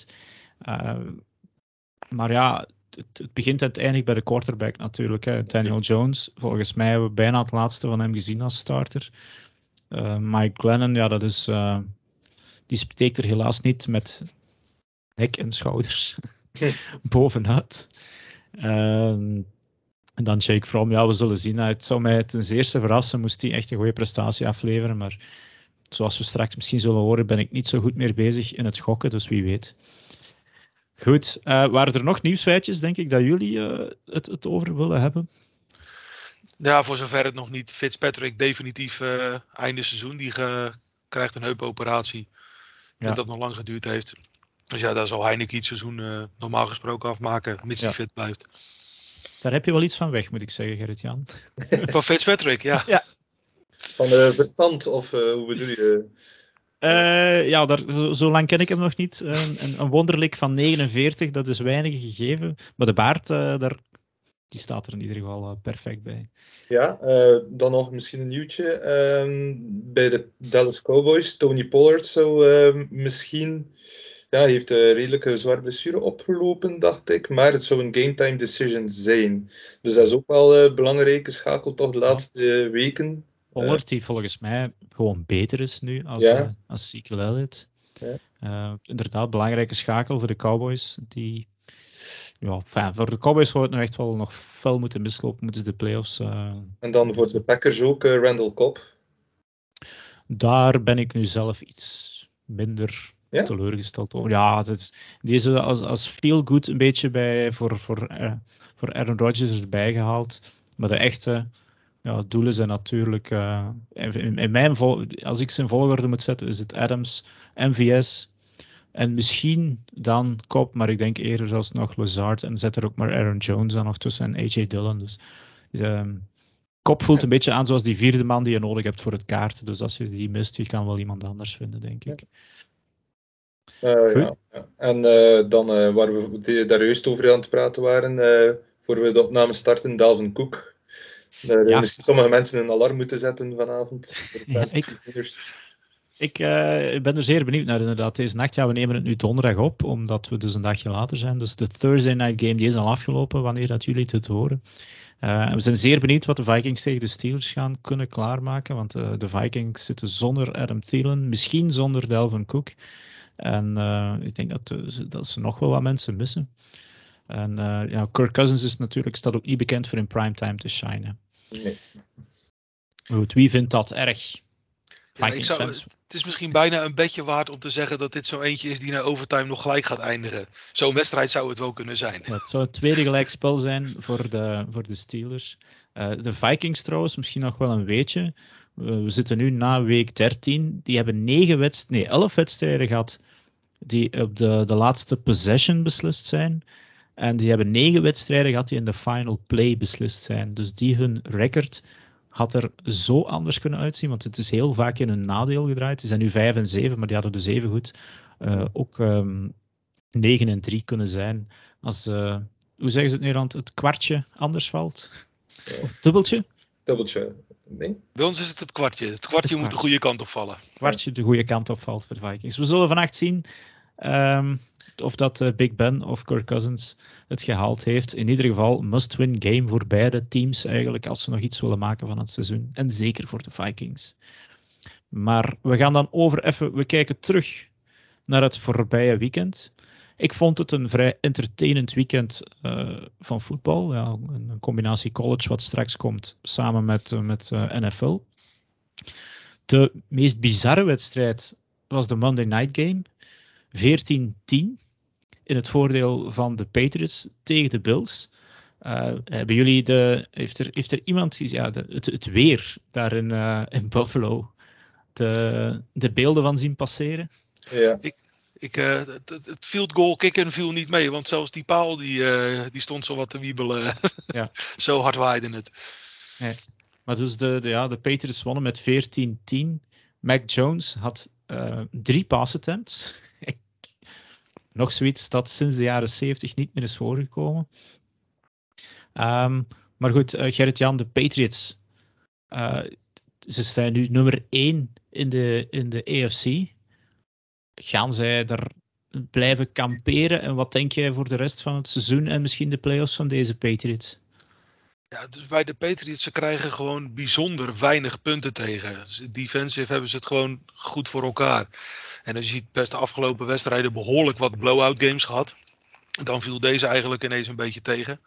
Maar ja, het begint uiteindelijk bij de quarterback natuurlijk. Hè. Daniel Jones, volgens mij hebben we bijna het laatste van hem gezien als starter. Mike Glennon, ja, dat is... die steekt er helaas niet met nek en schouders bovenuit. En dan Jake Fromm, ja, we zullen zien. Het zou mij ten zeerste verrassen, moest hij echt een goede prestatie afleveren. Maar zoals we straks misschien zullen horen, ben ik niet zo goed meer bezig in het gokken, dus wie weet. Goed, waren er nog nieuwsfeitjes, denk ik, dat jullie het over willen hebben? Ja, voor zover het nog niet. Fitzpatrick definitief einde seizoen. Die krijgt een heupoperatie. Ik denk dat het nog lang geduurd heeft. Dus ja, daar zal Heineken het seizoen normaal gesproken afmaken, mits hij fit blijft. Daar heb je wel iets van weg, moet ik zeggen, Gerrit-Jan. Van Fitzpatrick, ja. Van verstand, of hoe bedoel je? Zo lang ken ik hem nog niet. Een wonderlijk van 49, dat is weinig gegeven. Maar de baard, die staat er in ieder geval perfect bij. Ja, dan nog misschien een nieuwtje. Bij de Dallas Cowboys, Tony Pollard zou misschien... Ja, hij heeft een redelijke zware blessure opgelopen, dacht ik. Maar het zou een game-time decision zijn. Dus dat is ook wel een belangrijke schakel toch de laatste weken. Pollard die volgens mij gewoon beter is nu als Ezekiel Elliott. Ja. Inderdaad, belangrijke schakel voor de Cowboys. Voor de Cowboys zou het nog echt wel nog fel moeten mislopen, moeten ze de playoffs. En dan voor de Packers ook Randall Cobb. Daar ben ik nu zelf iets minder teleurgesteld over. Ja, die is als feel-good een beetje voor Aaron Rodgers erbij gehaald. Maar de echte doelen zijn natuurlijk... als ik ze in volgorde moet zetten, is het Adams, MVS... En misschien dan Cobb, maar ik denk eerder zelfs nog Lazard. En zet er ook maar Aaron Jones dan nog tussen en AJ Dillon. Dus Cobb voelt een beetje aan zoals die vierde man die je nodig hebt voor het kaart. Dus als je die mist, je kan wel iemand anders vinden, denk ik. Ja. En dan waar we daar juist over aan het praten waren, voor we de opname starten, Dalvin Cook. Misschien sommige mensen een alarm moeten zetten vanavond. Ik ben er zeer benieuwd naar inderdaad. Deze nacht, we nemen het nu donderdag op, omdat we dus een dagje later zijn. Dus de Thursday Night Game die is al afgelopen, wanneer dat jullie het horen. We zijn zeer benieuwd wat de Vikings tegen de Steelers gaan kunnen klaarmaken, want de Vikings zitten zonder Adam Thielen, misschien zonder Dalvin Cook. En ik denk dat ze nog wel wat mensen missen. En Kirk Cousins staat ook niet bekend voor in primetime te shinen. Nee. Goed, wie vindt dat erg? Het is misschien bijna een bedje waard om te zeggen dat dit zo eentje is die na overtime nog gelijk gaat eindigen. Zo'n wedstrijd zou het wel kunnen zijn. Het zou het tweede gelijkspel zijn voor de Steelers. De Vikings trouwens, misschien nog wel een weetje. We zitten nu na week 13. Die hebben 11 wedstrijden gehad die op de laatste possession beslist zijn. En die hebben 9 wedstrijden gehad die in de final play beslist zijn. Dus hun record had er zo anders kunnen uitzien, want het is heel vaak in hun nadeel gedraaid. Ze zijn nu 5 en 7, maar die hadden dus evengoed ook 9 en 3 kunnen zijn. Als, hoe zeggen ze het nu, rond het kwartje anders valt? Of dubbeltje? Dubbeltje, nee. Bij ons is het kwartje. Het kwartje moet de goede kant opvallen. Het kwartje de goede kant opvalt voor de Vikings. We zullen vannacht zien of dat Big Ben of Kirk Cousins het gehaald heeft. In ieder geval must-win game voor beide teams eigenlijk, als ze nog iets willen maken van het seizoen. En zeker voor de Vikings. Maar we gaan dan we kijken terug naar het voorbije weekend. Ik vond het een vrij entertainend weekend van voetbal. Ja, een combinatie college wat straks komt samen met NFL. De meest bizarre wedstrijd was de Monday Night Game. 14-10 in het voordeel van de Patriots tegen de Bills. Hebben jullie heeft er iemand het weer daar in Buffalo de beelden van zien passeren? Ja. Het field goal kicken viel niet mee, want zelfs die paal die stond zo wat te wiebelen. Ja. Zo hard waaide het. Nee. Maar dus de Patriots wonnen met 14-10. Mac Jones had 3 pass attempts. Nog zoiets dat sinds de jaren 70 niet meer is voorgekomen. Maar goed, Gerrit-Jan, de Patriots. Ze staan nu nummer 1 in de AFC. Gaan zij er blijven kamperen? En wat denk jij voor de rest van het seizoen en misschien de playoffs van deze Patriots? Ja, dus bij de Patriots, ze krijgen gewoon bijzonder weinig punten tegen. Defensive hebben ze het gewoon goed voor elkaar. En als je ziet best de afgelopen wedstrijden behoorlijk wat blowout games gehad. Dan viel deze eigenlijk ineens een beetje tegen.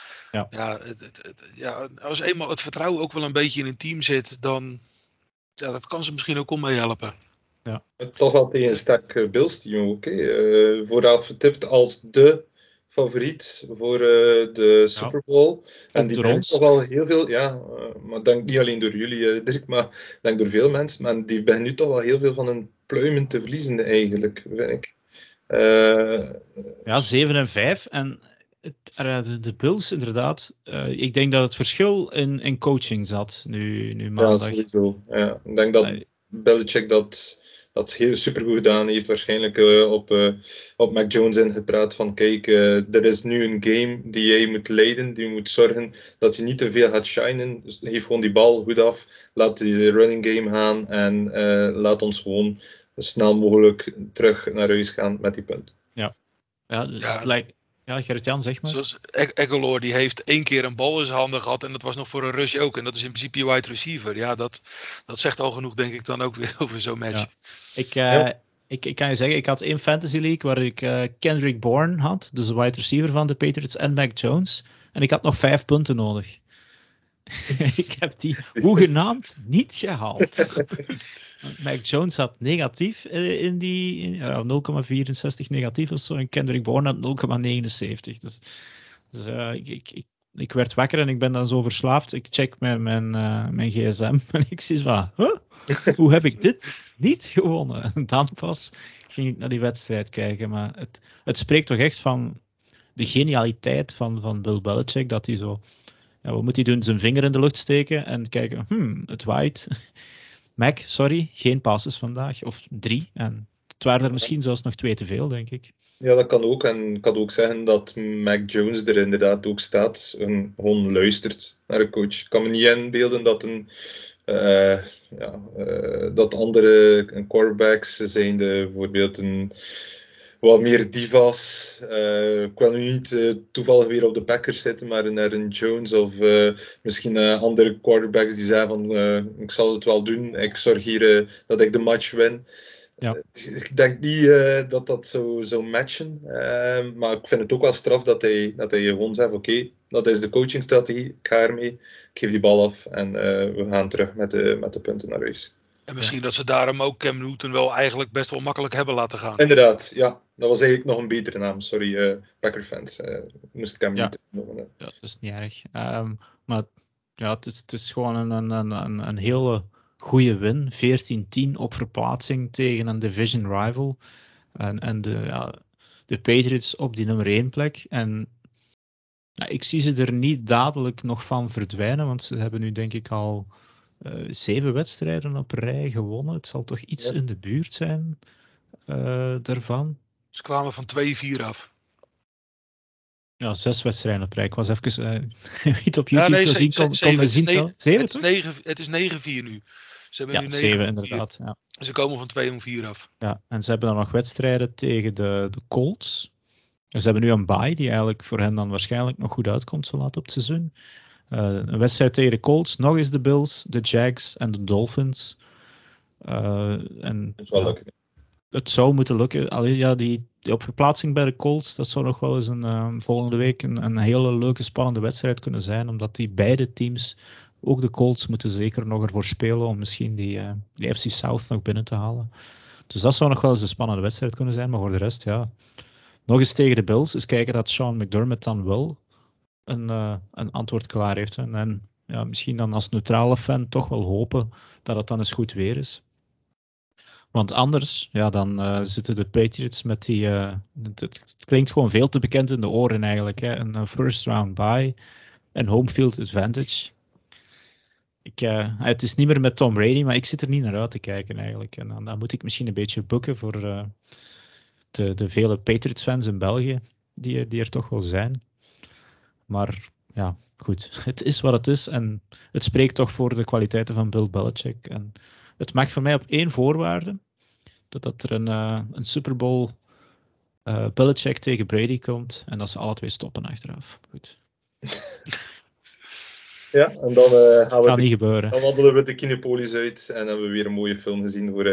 Ja, als eenmaal het vertrouwen ook wel een beetje in een team zit, dan dat kan ze misschien ook om mee helpen. Ja. Toch wel tegen een sterk Bills team ook. Vooraf getipt als de favoriet voor de Super Bowl. En die ben toch wel heel veel, maar denk niet alleen door jullie, Dirk, maar denk door veel mensen. Maar die beginnen nu toch wel heel veel van hun pluimen te verliezen eigenlijk, vind ik. 7 en 5. En de Bills, inderdaad. Ik denk dat het verschil in coaching zat nu maandag. Ja, sowieso. Ja. Ik denk dat Belichick dat heel supergoed gedaan heeft. Waarschijnlijk op Mac Jones ingepraat van kijk, er is nu een game die jij moet leiden. Die moet zorgen dat je niet te veel gaat shinen. Dus geef gewoon die bal goed af. Laat die running game gaan. En laat ons gewoon snel mogelijk terug naar huis gaan met die punt. Het lijkt... Ja, Gerrit-Jan, zeg maar. Zoals Aguilar, die heeft 1 keer een bal in zijn handen gehad en dat was nog voor een rush ook. En dat is in principe je wide receiver. Ja, dat zegt al genoeg, denk ik, dan ook weer over zo'n match. Ja. Ik kan je zeggen, ik had 1 fantasy league waar ik Kendrick Bourne had, dus de wide receiver van de Patriots, en Mac Jones. En ik had nog 5 punten nodig. Ik heb die hoegenaamd niet gehaald. Mac Jones had negatief in die 0,64 negatief of zo. En Kendrick Bourne had 0,79. Dus ik werd wakker en ik ben dan zo verslaafd. Ik check mijn gsm en ik zie van, hoe heb ik dit niet gewonnen? En dan pas ging ik naar die wedstrijd kijken. Maar het spreekt toch echt van de genialiteit van Bill Belichick, dat hij zo... Ja, wat moet hij doen? Zijn vinger in de lucht steken en kijken, het waait. Mac, sorry, geen passes vandaag. Of 3. En het waren er misschien zelfs nog 2 te veel, denk ik. Ja, dat kan ook. En ik kan ook zeggen dat Mac Jones er inderdaad ook staat. En gewoon luistert naar een coach. Ik kan me niet inbeelden dat dat andere quarterbacks zijn, bijvoorbeeld wat meer divas. Ik wil nu niet toevallig weer op de Packers zitten, maar naar een Jones of misschien andere quarterbacks die zeggen van ik zal het wel doen, ik zorg hier dat ik de match win. Ja. Ik denk niet dat dat zou matchen, maar ik vind het ook wel straf dat hij gewoon zegt, oké, dat is de coachingstrategie, ik ga ermee, ik geef die bal af en we gaan terug met de punten naar huis. En misschien dat ze daarom ook Cam Newton wel eigenlijk best wel makkelijk hebben laten gaan. Inderdaad, ja. Dat was eigenlijk nog een betere naam. Sorry, Packer-fans. Moest Cam Newton noemen. Ja, dat is niet erg. Maar ja, het is gewoon een hele goede win. 14-10 op verplaatsing tegen een division rival. En de Patriots op die nummer 1 plek. En ik zie ze er niet dadelijk nog van verdwijnen, want ze hebben nu denk ik al 7 wedstrijden op rij gewonnen. Het zal toch iets in de buurt zijn daarvan. Ze kwamen van 2-4 af. Ja, 6 wedstrijden op rij. Ik was even niet op YouTube gezien. Het is 9-4 nu. Ze hebben nu 7 inderdaad. Ja. Ze komen van 2-4 af. Ja, en ze hebben dan nog wedstrijden tegen de Colts. Dus ze hebben nu een bye die eigenlijk voor hen dan waarschijnlijk nog goed uitkomt zo laat op het seizoen. Een wedstrijd tegen de Colts, nog eens de Bills, de Jags en de Dolphins. Het zal lukken. Het zou moeten lukken. Alleen die op verplaatsing bij de Colts, dat zou nog wel eens volgende week een hele leuke, spannende wedstrijd kunnen zijn, omdat die beide teams, ook de Colts, moeten zeker nog ervoor spelen om misschien die FC South nog binnen te halen. Dus dat zou nog wel eens een spannende wedstrijd kunnen zijn, maar voor de rest, ja. Nog eens tegen de Bills, eens kijken dat Sean McDermott dan wel een antwoord klaar heeft. En ja, misschien dan als neutrale fan toch wel hopen dat het dan eens goed weer is. Want anders, ja, dan zitten de Patriots met die... Het klinkt gewoon veel te bekend in de oren eigenlijk. Hè? Een first round bye en home field advantage. Het is niet meer met Tom Brady, maar ik zit er niet naar uit te kijken eigenlijk. En dan moet ik misschien een beetje bukken voor de vele Patriots-fans in België, die er toch wel zijn. Maar ja, goed. Het is wat het is en het spreekt toch voor de kwaliteiten van Bill Belichick. En het mag voor mij op 1 voorwaarde, dat er een Super Bowl Belichick tegen Brady komt en dat ze alle twee stoppen achteraf. Goed. Ja, en dan gaat niet gebeuren. Dan wandelen we de Kinepolis uit en hebben we weer een mooie film gezien voor...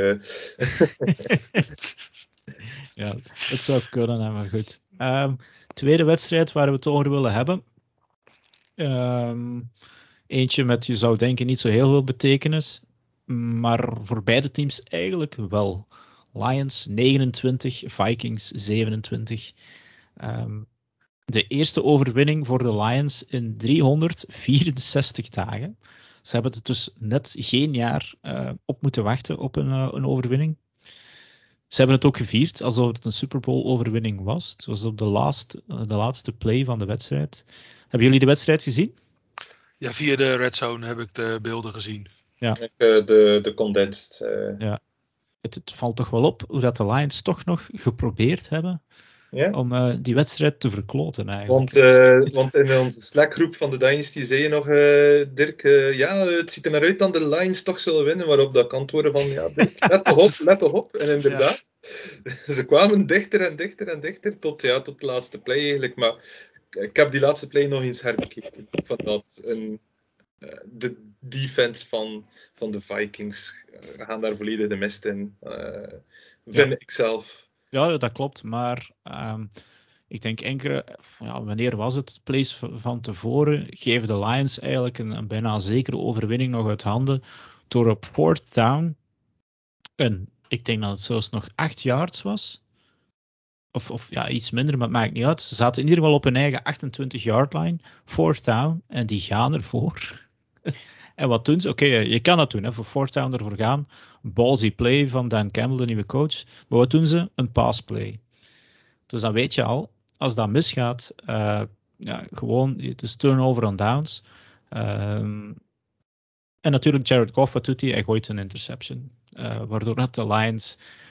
Ja, het zou kunnen, maar goed. Tweede wedstrijd waar we het over willen hebben. Eentje met, je zou denken, niet zo heel veel betekenis. Maar voor beide teams eigenlijk wel. Lions 29, Vikings 27. De eerste overwinning voor de Lions in 364 dagen. Ze hebben er dus net geen jaar op moeten wachten op een overwinning. Ze hebben het ook gevierd alsof het een Super Bowl overwinning was. Het was op de laatste play van de wedstrijd. Hebben jullie de wedstrijd gezien? Ja, via de Red Zone heb ik de beelden gezien. Ja. De condensed. Ja. Het valt toch wel op hoe dat de Lions toch nog geprobeerd hebben om die wedstrijd te verkloten eigenlijk. Want in onze Slack-groep van de Dynasty zei je nog, Dirk, het ziet er naar uit dat de Lions toch zullen winnen, waarop dat ik antwoordde van, ja, Dirk, let toch op. En inderdaad, ze kwamen dichter en dichter en dichter tot de laatste play eigenlijk, maar ik heb die laatste play nog eens herbekeken. Ik vond dat de defense van de Vikings gaan daar volledig de mist in, vind ik zelf. Ja, dat klopt, maar ik denk wanneer was het? Plays van tevoren geven de Lions eigenlijk een bijna zekere overwinning nog uit handen door op 4th down, en ik denk dat het zelfs nog 8 yards was, of iets minder, maar het maakt niet uit. Ze zaten in ieder geval op hun eigen 28-yard line, 4th down, en die gaan ervoor. En wat doen ze? Oké, je kan dat doen, hè, voor 4th down ervoor gaan. Ballsy play van Dan Campbell, de nieuwe coach. Maar wat doen ze? Een pass play. Dus dan weet je al, als dat misgaat, gewoon, het is turnover on downs. En natuurlijk Jared Goff, wat doet hij? Hij gooit een interception. Waardoor de Lions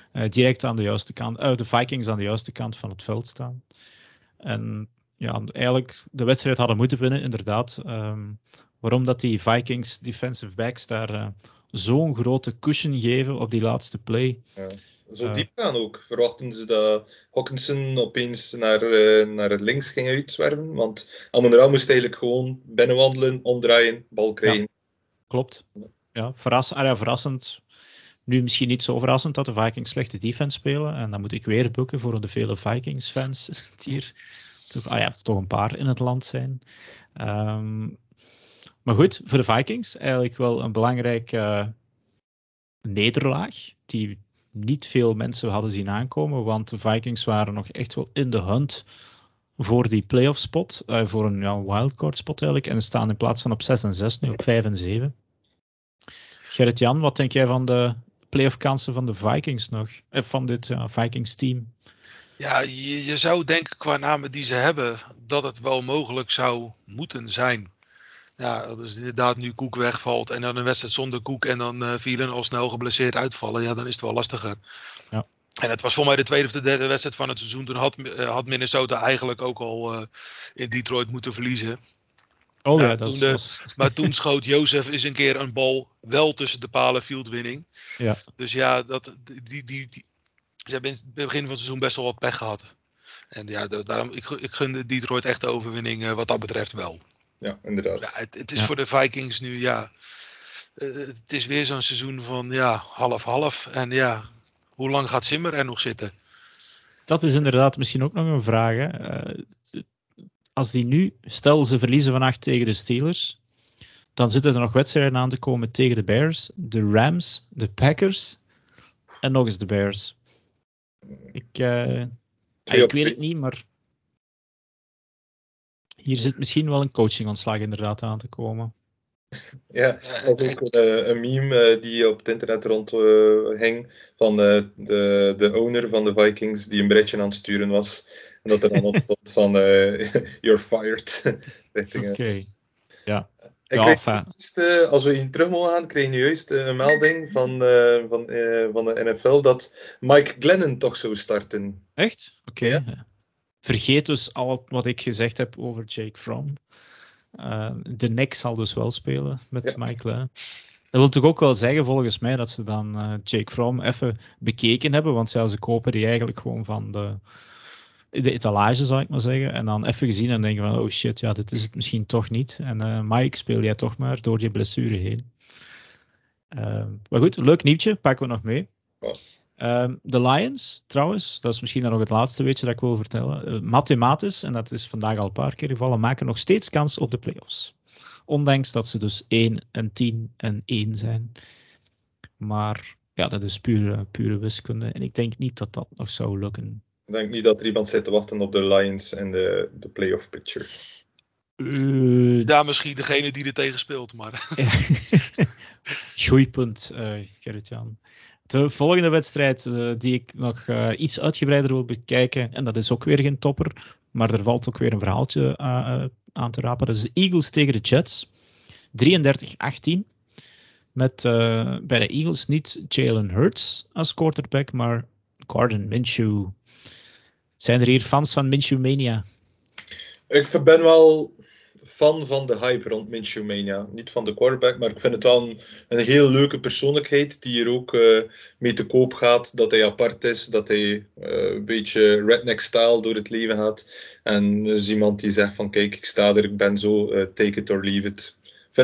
direct aan de juiste kant, de Vikings aan de juiste kant van het veld staan. En ja, eigenlijk de wedstrijd hadden moeten winnen, inderdaad. Waarom dat die Vikings defensive backs daar zo'n grote cushion geven op die laatste play. Ja. Zo diep gaan ook. Verwachten ze dat Hockenson opeens naar links ging uitzwerven? Want Amon-Ra moest eigenlijk gewoon binnenwandelen, omdraaien, bal krijgen. Ja, klopt. Ja, verrassend. Nu misschien niet zo verrassend dat de Vikings slechte defense spelen. En dan moet ik weer bukken voor de vele Vikings-fans die hier toch een paar in het land zijn. Maar goed, voor de Vikings eigenlijk wel een belangrijke nederlaag die niet veel mensen hadden zien aankomen, want de Vikings waren nog echt wel in de hunt voor die playoff spot, voor een wildcard spot eigenlijk, en staan in plaats van op 6 en 6 nu op 5 en 7. Gerrit-Jan, wat denk jij van de playoff kansen van de Vikings nog? Van dit Vikings team? Ja, je zou denken qua namen die ze hebben, dat het wel mogelijk zou moeten zijn. Ja, dat is inderdaad nu Cook wegvalt en dan een wedstrijd zonder Cook en dan vielen al snel geblesseerd uitvallen. Ja, dan is het wel lastiger. Ja. En het was voor mij de tweede of de derde wedstrijd van het seizoen. Toen had Minnesota eigenlijk ook al in Detroit moeten verliezen. Oh ja, Maar toen schoot Jozef eens een keer een bal wel tussen de palen, fieldwinning. Ja. Dus ja, ze hebben in het begin van het seizoen best wel wat pech gehad. En ja, daarom, ik gun Detroit echt de overwinning wat dat betreft wel. Ja, inderdaad. Ja, het is voor de Vikings nu, het is weer zo'n seizoen van half-half. En ja, hoe lang gaat Zimmer er nog zitten? Dat is inderdaad misschien ook nog een vraag. Hè. Als die nu, stel ze verliezen vannacht tegen de Steelers, dan zitten er nog wedstrijden aan te komen tegen de Bears, de Rams, de Packers en nog eens de Bears. Ik weet het niet, maar hier zit misschien wel een coachingontslag inderdaad aan te komen. Ja, dat is ook een meme die op het internet rondhing van de owner van de Vikings die een berichtje aan het sturen was. En dat er dan op stond van you're fired. Oké. Ja. Ik kreeg juist, als we hier terug mogen gaan, kreeg je juist een melding van de NFL dat Mike Glennon toch zou starten. Echt? Oké. Ja. Vergeet dus al wat ik gezegd heb over Jake Fromm. De Nick zal dus wel spelen met Mike Glennon. Dat wil toch ook wel zeggen, volgens mij, dat ze dan Jake Fromm even bekeken hebben. Want ze kopen die eigenlijk gewoon van de etalage, zal ik maar zeggen. En dan even gezien en denken van, oh shit, ja, dit is het misschien toch niet. En Mike, speel jij toch maar door die blessure heen. Maar goed, leuk nieuwtje, pakken we nog mee. De Lions, trouwens, dat is misschien dan nog het laatste weetje dat ik wil vertellen. Mathematisch, en dat is vandaag al een paar keer gevallen, maken nog steeds kans op de playoffs. Ondanks dat ze dus 1 en 10 en 1 zijn. Maar ja, dat is pure wiskunde. En ik denk niet dat dat nog zou lukken. Ik denk niet dat er iemand zit te wachten op de Lions en de playoff picture. Ja, misschien degene die er tegen speelt, maar... Goeie punt, Gerrit-Jan. De volgende wedstrijd die ik nog iets uitgebreider wil bekijken, en dat is ook weer geen topper, maar er valt ook weer een verhaaltje aan te rapen. Dat is de Eagles tegen de Jets. 33-18. Met bij de Eagles niet Jalen Hurts als quarterback, maar Gardner Minshew. Zijn er hier fans van Minshew Mania? Ik ben wel fan van de hype rond Minshew Mania. Niet van de quarterback, maar ik vind het wel een heel leuke persoonlijkheid die hier ook mee te koop gaat. Dat hij apart is, dat hij een beetje redneck-style door het leven gaat. En is iemand die zegt van kijk, ik sta er, ik ben zo, take it or leave it. Ik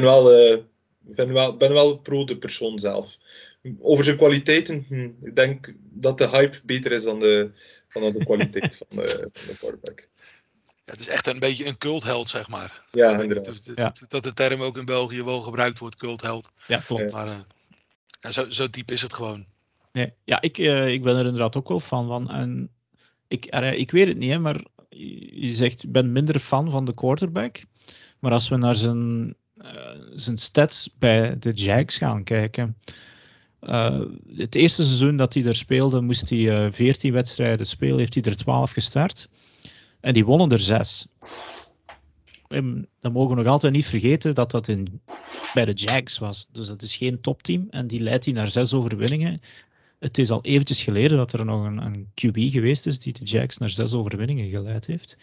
ben wel pro de persoon zelf. Over zijn kwaliteiten, ik denk dat de hype beter is dan de kwaliteit van de quarterback. Ja, het is echt een beetje een cultheld, zeg maar. Ja, inderdaad. Dat de term ook in België wel gebruikt wordt, cultheld. Ja, klopt. Maar zo diep is het gewoon. Nee, ja, ik ben er inderdaad ook wel fan van. En ik weet het niet, hè, maar je zegt, je bent minder fan van de quarterback. Maar als we naar zijn stats bij de Jags gaan kijken. Het eerste seizoen dat hij er speelde, moest hij 14 wedstrijden spelen, heeft hij er 12 gestart. En die wonnen er 6. En dan mogen we nog altijd niet vergeten dat dat bij de Jags was. Dus dat is geen topteam. En die leidt hij naar 6 overwinningen. het is al eventjes geleden dat er nog een QB geweest is die de Jags naar 6 overwinningen geleid heeft.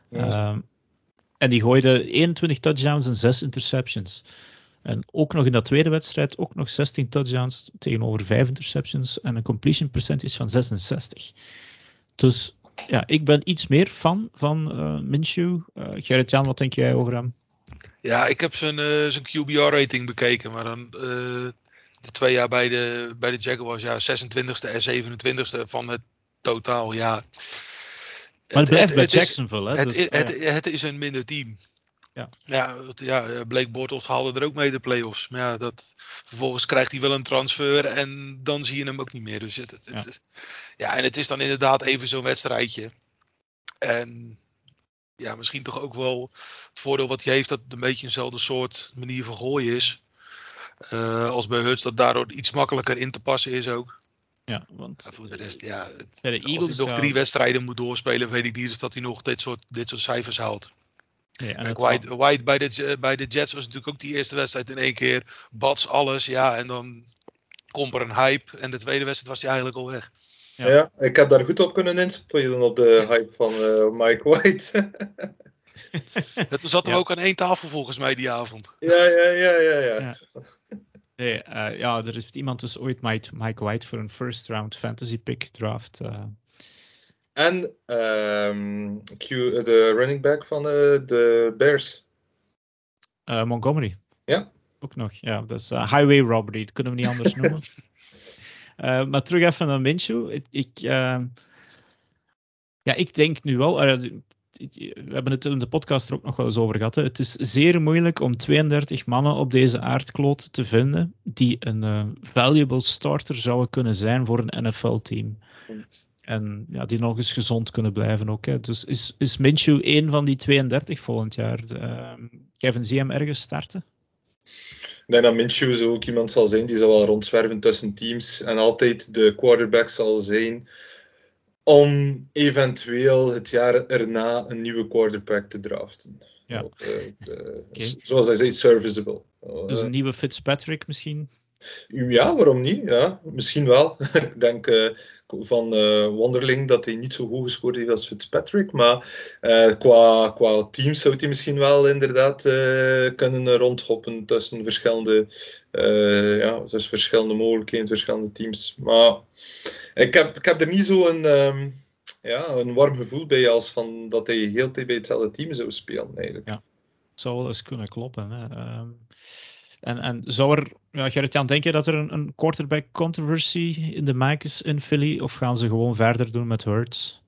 En die gooide 21 touchdowns en 6 interceptions. En ook nog in dat tweede wedstrijd, ook nog 16 touchdowns tegenover 5 interceptions en een completion percentage van 66. Dus ja, ik ben iets meer fan van Minshew. Gerrit-Jan, wat denk jij over hem? Ja, ik heb zijn QBR-rating bekeken, maar dan de 2 jaar bij de Jaguars, ja, 26e en 27e van het totaal, ja. Maar het blijft bij Jacksonville, hè? Het is een minder team. Ja. Blake Bortles haalde er ook mee de playoffs. Maar ja, vervolgens krijgt hij wel een transfer en dan zie je hem ook niet meer. Dus en het is dan inderdaad even zo'n wedstrijdje. En ja, misschien toch ook wel het voordeel wat hij heeft, dat het een beetje eenzelfde soort manier van gooien is. Als bij Hurts, dat daardoor iets makkelijker in te passen is ook. Ja, want voor de rest, de als Eagles hij nog 3 wedstrijden moet doorspelen, weet ik niet of dat hij nog dit soort cijfers haalt. Nee, en White bij de Jets was natuurlijk ook die eerste wedstrijd in één keer. Bats alles, ja, en dan komt er een hype. En de tweede wedstrijd was hij eigenlijk al weg. Ja, ik heb daar goed op kunnen inspelen op de hype van Mike White. Het zat er ook aan één tafel volgens mij die avond. Ja. Nee, er is iemand dus ooit Mike White voor een first round fantasy pick draft. En de running back van de Bears. Montgomery. Ja. Ook nog. Ja, dat is highway robbery. Dat kunnen we niet anders noemen. Maar terug even naar Minshew. Ik denk nu wel... we hebben het in de podcast er ook nog wel eens over gehad. Hè. Het is zeer moeilijk om 32 mannen op deze aardkloot te vinden die een valuable starter zouden kunnen zijn voor een NFL-team. En ja, die nog eens gezond kunnen blijven ook. Hè. Dus is Minshew één van die 32 volgend jaar? Kevin, zie je hem ergens starten? Ik denk dat Minshew zo ook iemand zal zijn die zal wel rondzwerven tussen teams en altijd de quarterback zal zijn om eventueel het jaar erna een nieuwe quarterback te draften. Ja. Zoals hij zei, serviceable. Dus een nieuwe Fitzpatrick misschien? Ja, waarom niet? Ja, misschien wel. Ik denk van Wonderling dat hij niet zo goed gescoord heeft als Fitzpatrick. Maar qua teams zou hij misschien wel inderdaad kunnen rondhoppen tussen verschillende mogelijkheden, verschillende teams. Maar ik heb er niet zo een warm gevoel bij als van dat hij heel de tijd bij hetzelfde team zou spelen eigenlijk. Ja, het zou wel eens kunnen kloppen. Hè. En zou er, Gerrit-Jan, denk je dat er een quarterback controversy in de maak is in Philly? Of gaan ze gewoon verder doen met Hurts?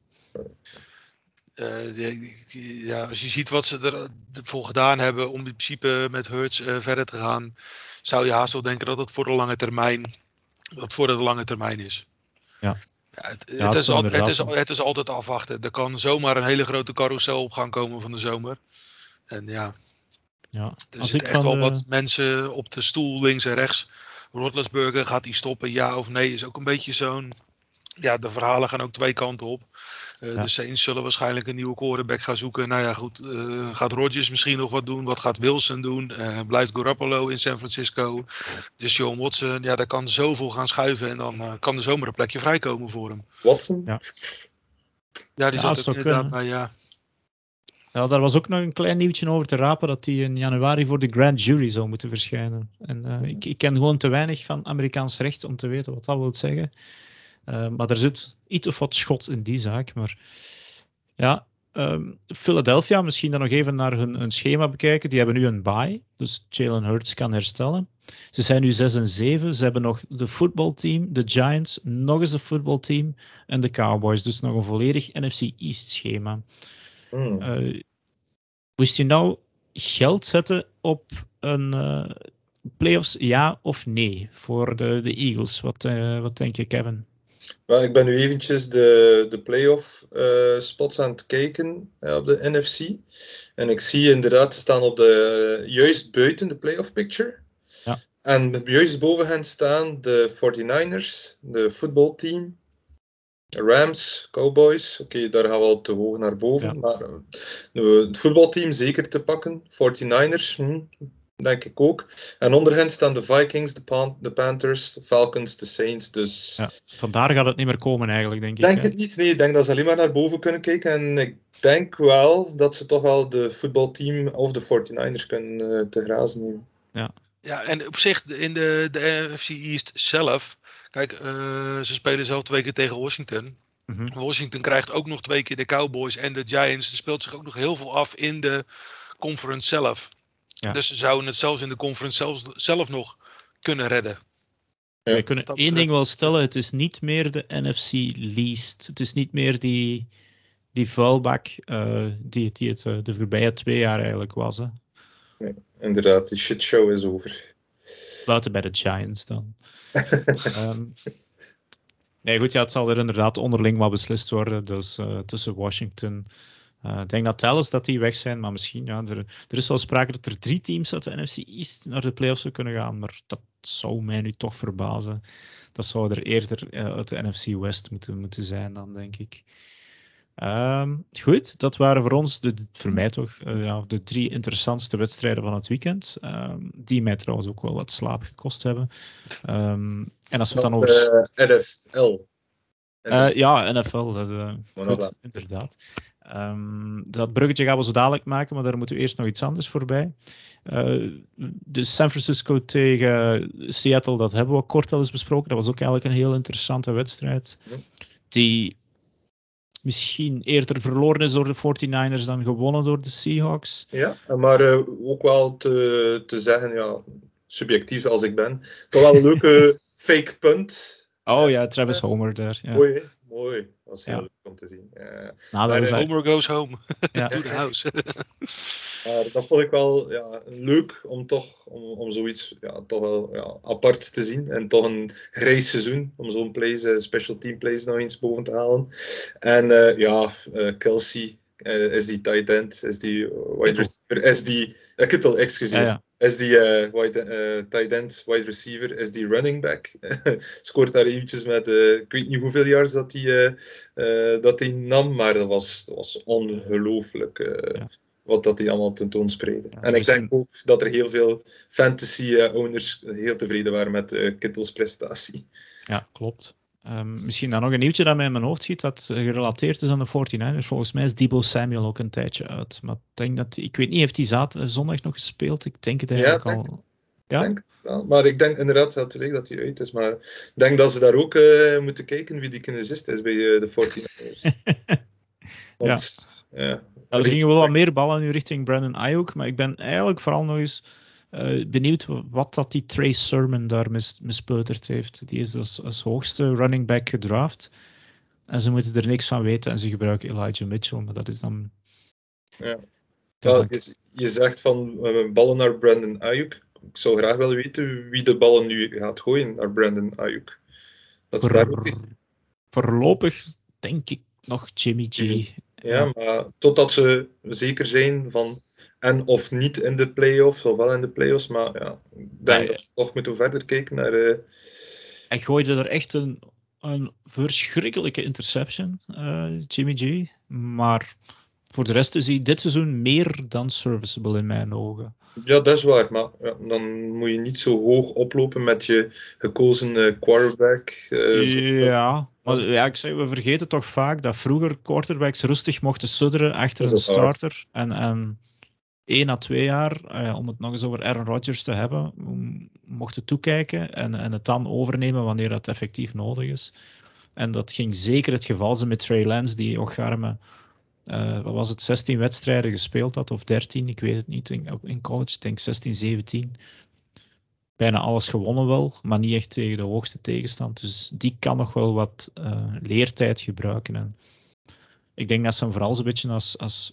Als je ziet wat ze ervoor gedaan hebben om in principe met Hurts verder te gaan, zou je haast wel denken dat het voor de lange termijn is. Ja. Het is altijd afwachten. Er kan zomaar een hele grote carousel op gaan komen van de zomer. En ja. Er zitten echt wel wat mensen op de stoel links en rechts. Roethlisberger, gaat hij stoppen, ja of nee? Is ook een beetje zo'n... Ja, de verhalen gaan ook twee kanten op. De Saints zullen waarschijnlijk een nieuwe quarterback gaan zoeken. Nou ja, goed. Gaat Rodgers misschien nog wat doen? Wat gaat Wilson doen? Blijft Garoppolo in San Francisco? Dus John Watson, ja, daar kan zoveel gaan schuiven. En dan kan er zomaar een plekje vrijkomen voor hem. Watson? Ja, die zat ook inderdaad bij, ja. Ja, daar was ook nog een klein nieuwtje over te rapen dat hij in januari voor de grand jury zou moeten verschijnen. En ik ken gewoon te weinig van Amerikaans recht om te weten wat dat wil zeggen. Maar er zit iets of wat schot in die zaak. Maar ja, Philadelphia, misschien dan nog even naar hun schema bekijken. Die hebben nu een bye, dus Jalen Hurts kan herstellen. Ze zijn nu 6-7. Ze hebben nog de voetbalteam, de Giants, nog eens een voetbalteam en de Cowboys. Dus nog een volledig NFC East schema. Moest je nou geld zetten op een playoffs, ja of nee, voor de Eagles? Wat denk je, Kevin? Well, ik ben nu eventjes de playoff spots aan het kijken op de NFC. En ik zie inderdaad staan op juist buiten de playoff picture. Ja. En juist boven hen staan de 49ers, de voetbalteam, Rams, Cowboys. Oké, daar gaan we al te hoog naar boven. Ja. Maar het voetbalteam zeker te pakken. 49ers, denk ik ook. En onder hen staan de Vikings, de Panthers, de Falcons, de Saints. Dus Ja, vandaar gaat het niet meer komen eigenlijk, denk ik. denk het niet. Nee, ik denk dat ze alleen maar naar boven kunnen kijken. En ik denk wel dat ze toch wel de voetbalteam of de 49ers kunnen te grazen nemen. Ja, en op zich in de NFC East zelf. Kijk, ze spelen zelf 2 keer tegen Washington. Washington krijgt ook nog 2 keer de Cowboys en de Giants. Er speelt zich ook nog heel veel af in de conference zelf. Ja. Dus ze zouden het zelfs in de conference zelf nog kunnen redden. Ja. We kunnen één ding wel stellen. Het is niet meer de NFC Least. Het is niet meer die vuilbak die het de voorbije 2 jaar eigenlijk was. Hè. Nee, inderdaad, die shitshow is over. Buiten bij de Giants dan. Nee, goed, ja, het zal er inderdaad onderling wat beslist worden. Dus tussen Washington. Ik denk dat Dallas dat die weg zijn, maar misschien, ja, er is wel sprake dat er 3 teams uit de NFC East naar de playoffs zou kunnen gaan, maar dat zou mij nu toch verbazen. Dat zou er eerder uit de NFC West moeten zijn dan, denk ik. Goed, dat waren voor ons, voor mij toch, de 3 interessantste wedstrijden van het weekend. Die mij trouwens ook wel wat slaap gekost hebben. En als we het dan over... NFL. Ja, NFL, goed, inderdaad. Dat bruggetje gaan we zo dadelijk maken, maar daar moeten we eerst nog iets anders voorbij. De San Francisco tegen Seattle, dat hebben we kort al eens besproken. Dat was ook eigenlijk een heel interessante wedstrijd. Die misschien eerder verloren is door de 49ers dan gewonnen door de Seahawks. Ja, maar ook wel te zeggen, ja, subjectief als ik ben, toch wel een leuke fake punt. Oh ja, Travis Homer daar. Ja. Mooi. Dat was heel leuk om te zien. Homer goes home. Ja. To the house. Maar dat vond ik wel leuk om toch om zoiets toch wel apart te zien. En toch een grijs seizoen om zo'n plays, special team plays nog eens boven te halen. En Kelsey is die tight end, is die wide receiver, is die Kittle, excuseer. Ja. Is die tight end, wide receiver, is die running back. Scoort daar eventjes met, ik weet niet hoeveel yards dat hij nam, maar dat was ongelooflijk wat dat hij allemaal tentoonspreidde. Ja, en ik denk ook dat er heel veel fantasy-owners heel tevreden waren met Kittles prestatie. Ja, klopt. Misschien dan nog een nieuwtje dat mij in mijn hoofd schiet, dat gerelateerd is aan de 49ers. Volgens mij is Deebo Samuel ook een tijdje uit. Maar ik weet niet, heeft hij zondag nog gespeeld? Ik denk het eigenlijk al. Ja? Denk, maar ik denk inderdaad dat hij uit is. Maar ik denk dat ze daar ook moeten kijken wie die kinesist is bij de 49ers. Want, er gingen wel wat meer ballen nu richting Brandon Ayuk, maar ik ben eigenlijk vooral nog eens benieuwd wat dat die Trey Sermon daar mispeuterd heeft. Die is als hoogste running back gedraft. En ze moeten er niks van weten en ze gebruiken Elijah Mitchell, maar dat is dan... Ja. Je zegt van ballen naar Brandon Ayuk. Ik zou graag willen weten wie de ballen nu gaat gooien naar Brandon Ayuk. Voorlopig denk ik nog Jimmy G. Ja, maar totdat ze zeker zijn van en of niet in de playoffs, of wel in de playoffs, maar ik denk dat ze toch moeten verder kijken naar... Hij gooide er echt een verschrikkelijke interception, Jimmy G. Maar voor de rest is hij dit seizoen meer dan serviceable in mijn ogen. Ja, dat is waar, maar dan moet je niet zo hoog oplopen met je gekozen quarterback. Maar ik zeg, we vergeten toch vaak dat vroeger quarterbacks rustig mochten sudderen achter een starter. En 1 à 2 jaar, om het nog eens over Aaron Rodgers te hebben, mochten toekijken en het dan overnemen wanneer dat effectief nodig is. En dat ging zeker het geval zijn met Trey Lance, die Ocharme, 16 wedstrijden gespeeld had, of 13, ik weet het niet, in college, ik denk 16, 17. Bijna alles gewonnen wel, maar niet echt tegen de hoogste tegenstand. Dus die kan nog wel wat leertijd gebruiken. En ik denk dat ze hem vooral zo'n beetje als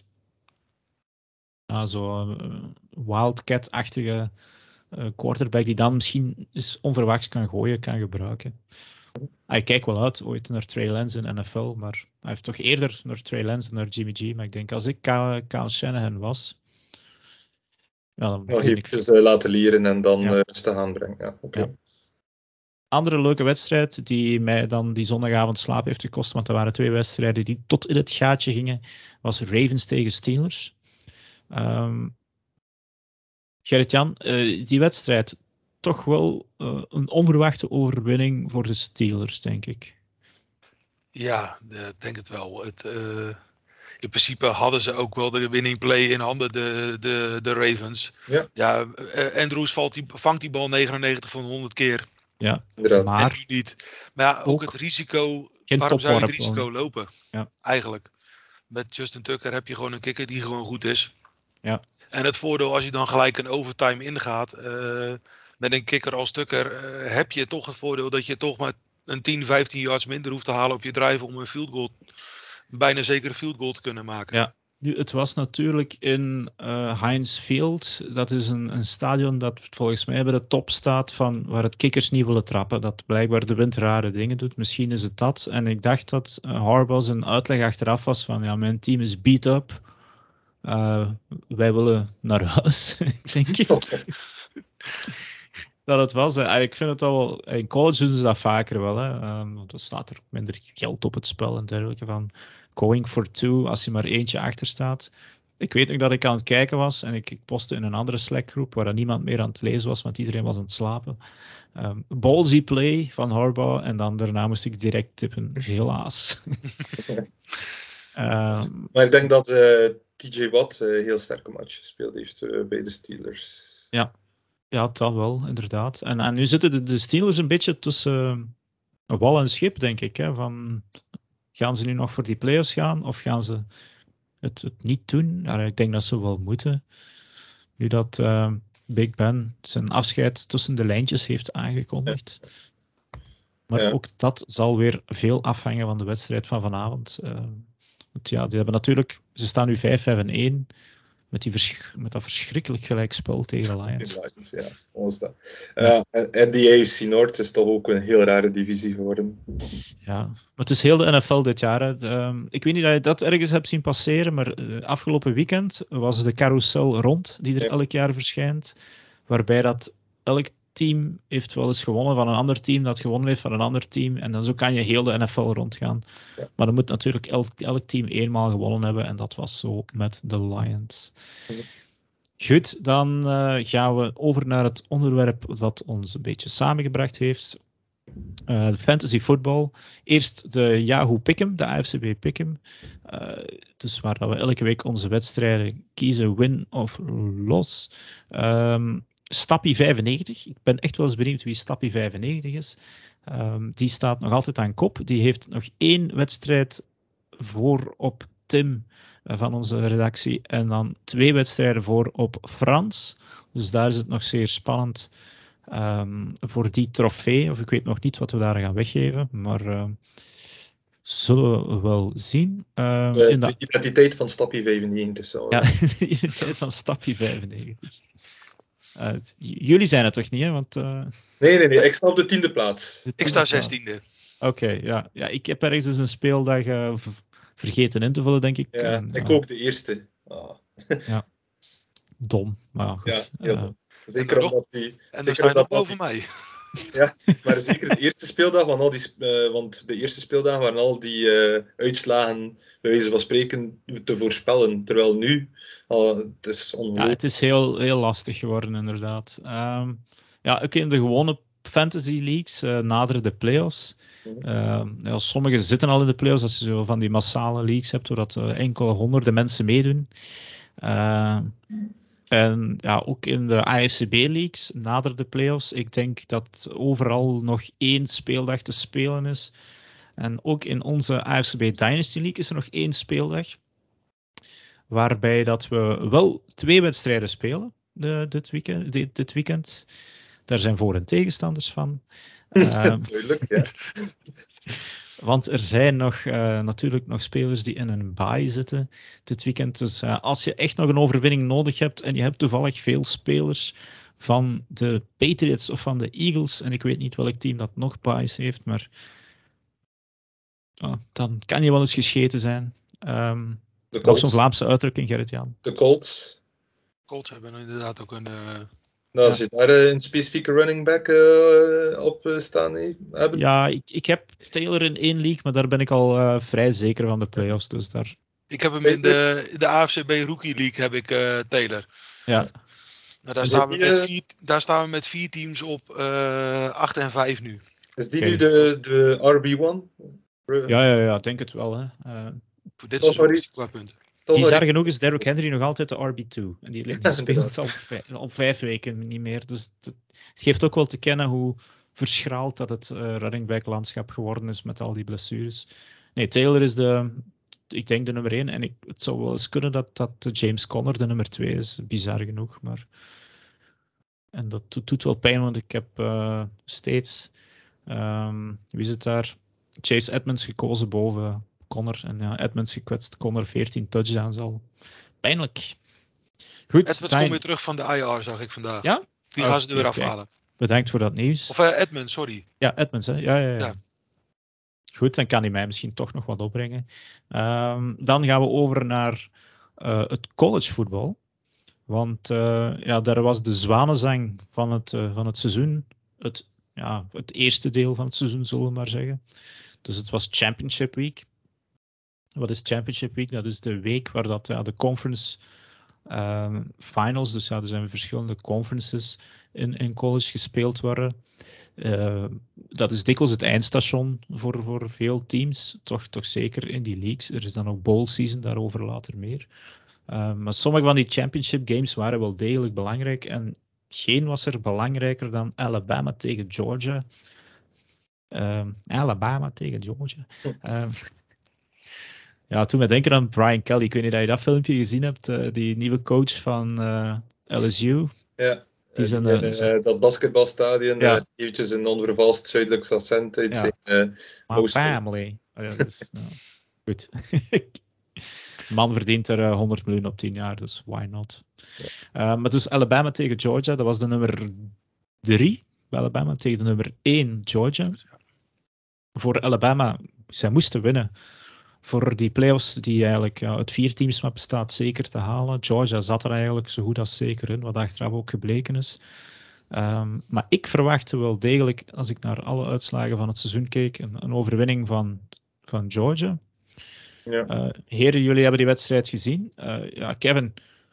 wildcat-achtige quarterback die dan misschien eens onverwachts kan gooien, kan gebruiken. Hij kijkt wel uit ooit naar Trey Lance in NFL, maar hij heeft toch eerder naar Trey Lance dan naar Jimmy G. Maar ik denk, als ik Kyle Shanahan was... dan eventjes laten leren en dan eens te gaan brengen. Ja, okay. Ja. Andere leuke wedstrijd die mij dan die zondagavond slaap heeft gekost, want er waren 2 wedstrijden die tot in het gaatje gingen, was Ravens tegen Steelers. Gerrit-Jan, die wedstrijd, toch wel een onverwachte overwinning voor de Steelers, denk ik. Ja, ik denk het wel. In principe hadden ze ook wel de winning play in handen, de Ravens. Ja, Andrews vangt die bal 99 van 100 keer. Ja, maar en nu niet. Maar ja, ook het risico. Waarom zou je het risico lopen? Ja. Eigenlijk. Met Justin Tucker heb je gewoon een kicker die gewoon goed is. Ja. En het voordeel als je dan gelijk een overtime ingaat. Met een kicker als Tucker heb je toch het voordeel dat je toch maar een 10, 15 yards minder hoeft te halen op je drive om een field goal, bijna zeker een field goal te kunnen maken. Ja. Nu, het was natuurlijk in Heinz Field. Dat is een stadion dat volgens mij bij de top staat van waar het kikkers niet willen trappen. Dat blijkbaar de wind rare dingen doet. Misschien is het dat. En ik dacht dat Harbaugh zijn uitleg achteraf was van ja, mijn team is beat up. Wij willen naar huis, denk ik. Dat het was. Ik vind het al wel. In college doen ze dat vaker wel. Want er staat er minder geld op het spel en dergelijke van. Going for two, als je maar eentje achter staat. Ik weet nog dat ik aan het kijken was en ik postte in een andere Slack-groep waar niemand meer aan het lezen was, want iedereen was aan het slapen. Ballsy play van Harbaugh en dan daarna moest ik direct tippen. Helaas. Maar ik denk dat TJ Watt een heel sterke match gespeeld heeft bij de Steelers. Ja, dat wel, inderdaad. En nu zitten de Steelers een beetje tussen wal en schip, denk ik. Hè, van... Gaan ze nu nog voor die playoffs gaan of gaan ze het niet doen? Ja, ik denk dat ze wel moeten. Nu dat Big Ben zijn afscheid tussen de lijntjes heeft aangekondigd. Maar ook dat zal weer veel afhangen van de wedstrijd van vanavond. Die hebben natuurlijk, ze staan nu 5-1 met dat verschrikkelijk gelijkspel tegen de Lions. Ja, ons dat. En die AFC North is toch ook een heel rare divisie geworden. Ja, maar het is heel de NFL dit jaar. Hè. Ik weet niet of je dat ergens hebt zien passeren, maar afgelopen weekend was de carousel rond, die er elk jaar verschijnt, waarbij dat elk team heeft wel eens gewonnen van een ander team, dat gewonnen heeft van een ander team, en dan zo kan je heel de NFL rondgaan. Ja. Maar dan moet natuurlijk elk team eenmaal gewonnen hebben, en dat was zo met de Lions. Goed, dan gaan we over naar het onderwerp dat ons een beetje samengebracht heeft. Fantasy football. Eerst de Yahoo Pick'em, de AFCB Pick'em. Dus waar dat we elke week onze wedstrijden kiezen, win of loss. Stappie 95. Ik ben echt wel eens benieuwd wie Stappie 95 is. Die staat nog altijd aan kop. Die heeft nog 1 wedstrijd voor op Tim van onze redactie. En dan 2 wedstrijden voor op Frans. Dus daar is het nog zeer spannend voor die trofee. Of ik weet nog niet wat we daar gaan weggeven. Maar zullen we wel zien. De identiteit van Stappie 95. Zo. Ja, de identiteit van Stappie 95. Jullie zijn het toch niet, hè? Want, Nee. Ik sta op de 10e plaats. Ik sta 16e. Oké, ja. Ik heb ergens eens een speeldag vergeten in te vullen, denk ik. Ja, ik ook de eerste. Ja. Dom, maar goed. Ja, heel dom. Zeker omdat die... En dan sta je nog boven mij. Ja, maar zeker de eerste speeldag, want de eerste speeldag waren al die uitslagen, bij wijze van spreken, te voorspellen. Terwijl nu, het is ongelooflijk. Ja, het is heel, heel lastig geworden, inderdaad. Ook in de gewone fantasy leagues naderen de playoffs. Sommigen zitten al in de playoffs, als je zo van die massale leagues hebt, doordat enkele honderden mensen meedoen. En ja, ook in de AFCB-leagues, nader de playoffs, ik denk dat overal nog 1 speeldag te spelen is. En ook in onze AFCB Dynasty League is er nog 1 speeldag. Waarbij dat we wel 2 wedstrijden spelen dit weekend. Daar zijn voor- en tegenstanders van. Duidelijk, ja. Want er zijn natuurlijk nog spelers die in een bye zitten dit weekend. Dus als je echt nog een overwinning nodig hebt en je hebt toevallig veel spelers van de Patriots of van de Eagles, en ik weet niet welk team dat nog byes heeft, maar dan kan je wel eens gescheten zijn. Nog zo'n Vlaamse uitdrukking, Gerrit-Jan. De Colts. Colts hebben inderdaad ook een... Als je daar een specifieke running back op staan hebben. Ja, ik heb Taylor in 1 league, maar daar ben ik al vrij zeker van de playoffs. Dus daar... Ik heb hem in de AFCB Rookie League, heb ik Taylor. Ja. Nou, daar staan we met 4 teams op 8 en 5 nu. Is die nu de RB1? Ja, ik denk het wel. Hè. Voor dit seizoen is qua punten. Bizar genoeg is Derrick Henry nog altijd de RB2. En die speelt al 5 weken niet meer. Dus het geeft ook wel te kennen hoe verschraald dat het running back landschap geworden is met al die blessures. Nee, Taylor is ik denk de nummer 1. En het zou wel eens kunnen dat James Conner de nummer 2 is. Bizar genoeg. En dat doet wel pijn, want ik heb steeds... wie is het daar? Chase Edmonds gekozen boven Conner. En ja, Edmonds gekwetst. Conner 14 touchdowns al. Pijnlijk. Goed. Edmonds komt weer terug van de IR, zag ik vandaag. Ja? Die gaan ze er weer afhalen. Bedankt voor dat nieuws. Of Edmonds, sorry. Ja, Edmonds, hè? Ja. Goed, dan kan hij mij misschien toch nog wat opbrengen. Dan gaan we over naar het collegevoetbal. Want daar was de zwanenzang van het seizoen. Het eerste deel van het seizoen, zullen we maar zeggen. Dus het was Championship Week. Wat is Championship Week? Dat is de week waar de conference finals, dus er zijn verschillende conferences in college gespeeld worden. Dat is dikwijls het eindstation voor veel teams, toch zeker in die leagues. Er is dan ook bowl season, daarover later meer. Maar sommige van die championship games waren wel degelijk belangrijk en geen was er belangrijker dan Alabama tegen Georgia. Alabama tegen Georgia. Toen we denken aan Brian Kelly. Ik weet niet of je dat filmpje gezien hebt, die nieuwe coach van LSU. Ja. Dat basketbalstadion, eventjes een onvervalst Zuidelijks accent uit My family. Goed. De man verdient er 100 miljoen op 10 jaar, dus why not? Maar dus Alabama tegen Georgia, dat was de nummer 3. Alabama tegen de nummer 1 Georgia. Voor Alabama, zij moesten winnen. Voor die playoffs die eigenlijk uit 4 teams maar bestaat zeker te halen. Georgia zat er eigenlijk zo goed als zeker in, wat achteraf ook gebleken is. Maar ik verwachtte wel degelijk, als ik naar alle uitslagen van het seizoen keek, een overwinning van Georgia. Ja. Heren, jullie hebben die wedstrijd gezien. Kevin,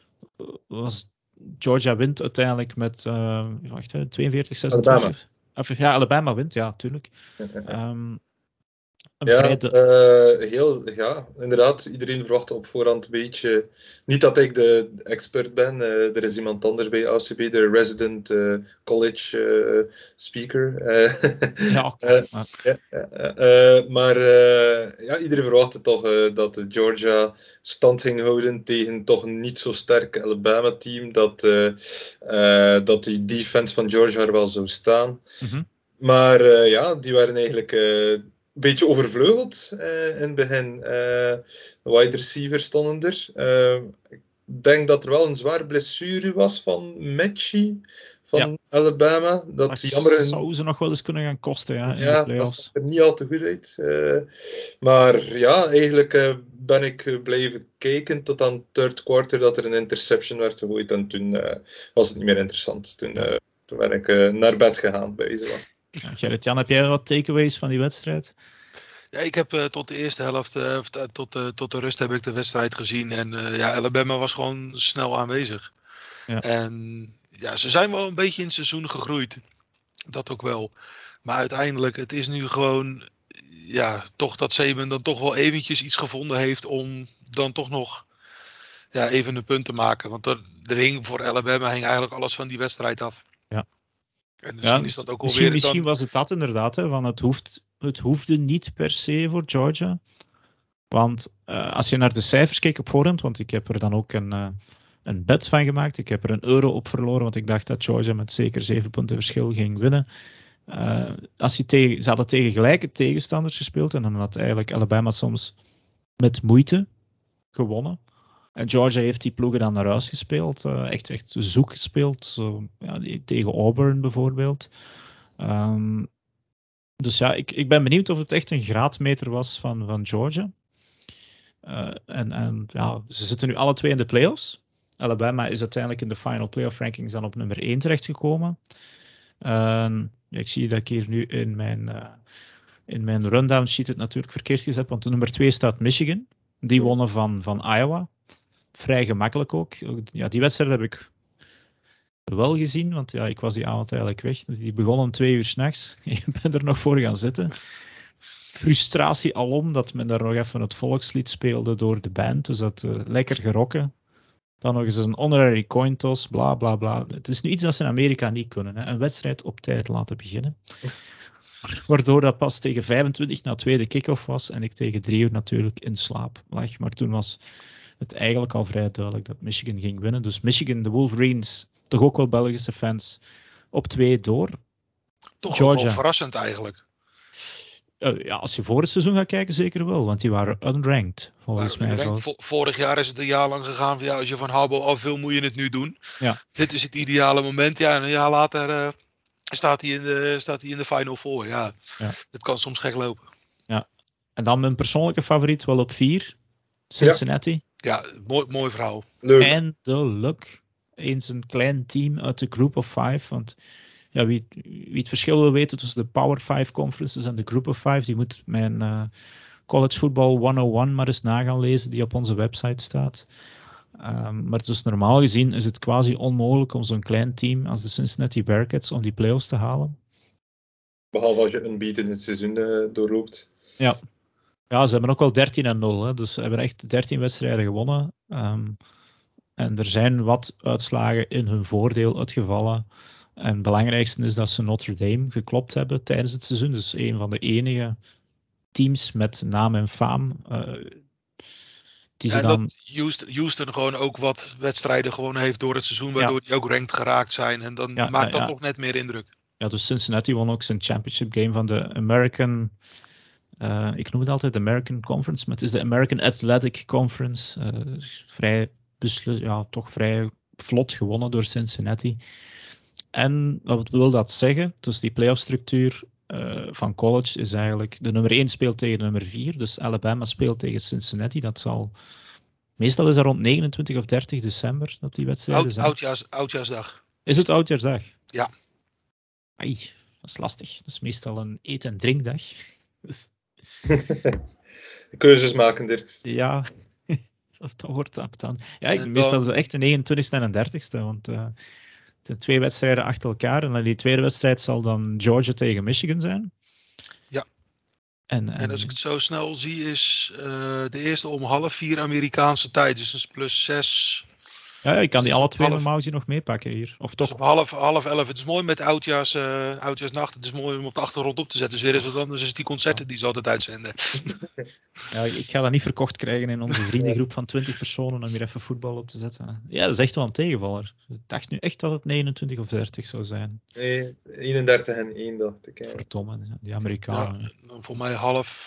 Georgia wint uiteindelijk met 42-26. Alabama. Alabama wint, ja, tuurlijk. Inderdaad. Iedereen verwachtte op voorhand een beetje... Niet dat ik de expert ben. Er is iemand anders bij ACB, de resident college speaker. Iedereen verwachtte toch dat Georgia stand ging houden tegen toch een niet zo sterk Alabama-team. Dat die defense van Georgia er wel zou staan. Mm-hmm. Maar die waren eigenlijk... een beetje overvleugeld in het begin. Wide receivers stonden er. Ik denk dat er wel een zware blessure was van Mechie van Alabama. Dat zou ze nog wel eens kunnen gaan kosten in de playoffs. Dat zag er niet al te goed uit. Maar eigenlijk ben ik blijven kijken tot aan het third quarter dat er een interception werd gegooid. En toen was het niet meer interessant. Toen ben ik naar bed gegaan bij wijze van. Gerrit-Jan, heb jij wat takeaways van die wedstrijd? Ja, ik heb tot de eerste helft, tot de rust heb ik de wedstrijd gezien. En Alabama was gewoon snel aanwezig. Ja. En ze zijn wel een beetje in het seizoen gegroeid. Dat ook wel. Maar uiteindelijk, het is nu gewoon... toch dat Saban dan toch wel eventjes iets gevonden heeft om dan toch nog even een punt te maken. Want er hing voor Alabama eigenlijk alles van die wedstrijd af. Ja. En misschien is dat ook alweer... Misschien was het dat inderdaad, hè, want het hoefde niet per se voor Georgia. Want als je naar de cijfers keek op voorhand, want ik heb er dan ook een bet van gemaakt. Ik heb er €1 op verloren, want ik dacht dat Georgia met zeker 7 punten verschil ging winnen. Ze hadden tegen gelijke tegenstanders gespeeld en dan had eigenlijk Alabama soms met moeite gewonnen. En Georgia heeft die ploegen dan naar huis gespeeld. Echt zoek gespeeld. Tegen Auburn bijvoorbeeld. Dus ik ben benieuwd of het echt een graadmeter was van Georgia. Ze zitten nu alle 2 in de playoffs. Alabama is uiteindelijk in de final playoff rankings dan op nummer 1 terechtgekomen. Ik zie dat ik hier nu in mijn rundown sheet het natuurlijk verkeerd gezet. Want de nummer 2 staat Michigan. Die wonnen van Iowa. Vrij gemakkelijk ook. Ja, die wedstrijd heb ik wel gezien, want ja, ik was die avond eigenlijk weg. Die begon om 2 uur 's nachts. Ik ben er nog voor gaan zitten. Frustratie alom dat men daar nog even het volkslied speelde door de band. Dus dat lekker gerokken. Dan nog eens een honorary coin toss, bla bla bla. Het is nu iets dat ze in Amerika niet kunnen. Hè. Een wedstrijd op tijd laten beginnen. Waardoor dat pas tegen 25 na tweede kick-off was en ik tegen 3 uur natuurlijk in slaap lag. Maar toen was het eigenlijk al vrij duidelijk dat Michigan ging winnen. Dus Michigan, de Wolverines, toch ook wel Belgische fans, op 2 door. Toch Georgia. wel verrassend eigenlijk. Ja, als je voor het seizoen gaat kijken, zeker wel. Want die waren unranked, volgens mij. Vorig jaar is het een jaar lang gegaan van ja, als je van Harbaugh af wil, moet je het nu doen. Ja. Dit is het ideale moment. Ja, en een jaar later staat hij in de Final Four. Ja, het kan soms gek lopen. Ja. En dan mijn persoonlijke favoriet, wel op 4. Cincinnati. Ja, mooi verhaal. Leuk. Eindelijk eens een klein team uit de Group of 5. Want ja, wie het verschil wil weten tussen de Power 5 conferences en de Group of 5, die moet mijn College Football 101 maar eens na gaan lezen, die op onze website staat. Maar dus normaal gezien is het quasi onmogelijk om zo'n klein team als de Cincinnati Bearcats om die playoffs te halen. Behalve als je unbeaten het seizoen doorloopt. Ja. Ja, ze hebben ook wel 13-0. Hè. Dus ze hebben echt 13 wedstrijden gewonnen. En er zijn wat uitslagen in hun voordeel uitgevallen. En het belangrijkste is dat ze Notre Dame geklopt hebben tijdens het seizoen. Dus een van de enige teams met naam en faam. Die ze dan... dat Houston gewoon ook wat wedstrijden gewoon heeft door het seizoen, waardoor die ook ranked geraakt zijn. En dan maakt dat nog net meer indruk. Ja, dus Cincinnati won ook zijn championship game van de American... ik noem het altijd de American Conference, maar het is de American Athletic Conference. Toch vrij vlot gewonnen door Cincinnati. En wat wil dat zeggen? Dus die playoff structuur van college is eigenlijk de nummer 1 speelt tegen de nummer 4. Dus Alabama speelt tegen Cincinnati. Dat zal... Meestal is dat rond 29 of 30 december dat die wedstrijden zijn. Oudjaarsdag. Is het Oudjaarsdag? Ja. Ai, dat is lastig. Dat is meestal een eet- en drinkdag. Dus... Keuzes maken, Dirk. Ja, dat wordt dan. Ja, meestal is het echt de 29e en de 30e, want het zijn 2 wedstrijden achter elkaar. En dan die tweede wedstrijd zal dan Georgia tegen Michigan zijn. Ja. En als ik het zo snel zie, is de eerste om 3:30 Amerikaanse tijd, dus plus 6. Ja, ik kan die alle twee normaal gezien nog meepakken hier. Of toch? Dus op 10:30. Het is mooi met oudjaarsnacht. Het is mooi om op de achtergrond op te zetten. Dus weer is het anders is die concerten die ze altijd uitzenden. Ja, ik ga dat niet verkocht krijgen in onze vriendengroep van 20 personen om hier even voetbal op te zetten. Ja, dat is echt wel een tegenvaller. Ik dacht nu echt dat het 29 of 30 zou zijn. Nee, 31 en 1 dacht ik. Verdomme, die Amerikanen. Ja, voor mij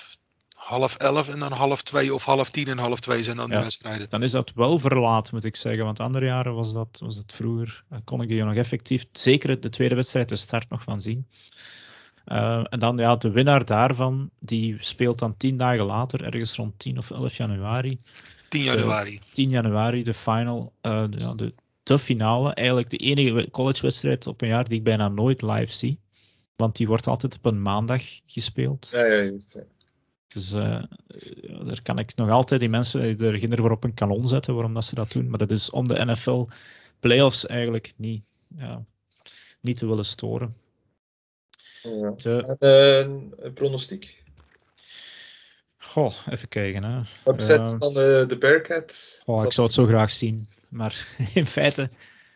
11:30 en dan 12:30 of 11:10 en 12:30 zijn dan de wedstrijden. Dan is dat wel verlaat, moet ik zeggen. Want andere jaren was dat vroeger. Dan kon ik die nog effectief, zeker de tweede wedstrijd, de start nog van zien. En dan de winnaar daarvan, die speelt dan 10 dagen later, ergens rond 10 of 11 januari. 10 januari. 10 januari, de final, de finale. Eigenlijk de enige collegewedstrijd op een jaar die ik bijna nooit live zie. Want die wordt altijd op een maandag gespeeld. Ja, juist. Ja. Dus daar kan ik nog altijd die mensen er ginder voor op een kanon zetten waarom dat ze dat doen. Maar dat is om de NFL playoffs eigenlijk niet te willen storen. Ja. Een pronostiek? Goh, even kijken. Hè. Upset van de Bearcats? Ik zou het zo graag zien. Maar in feite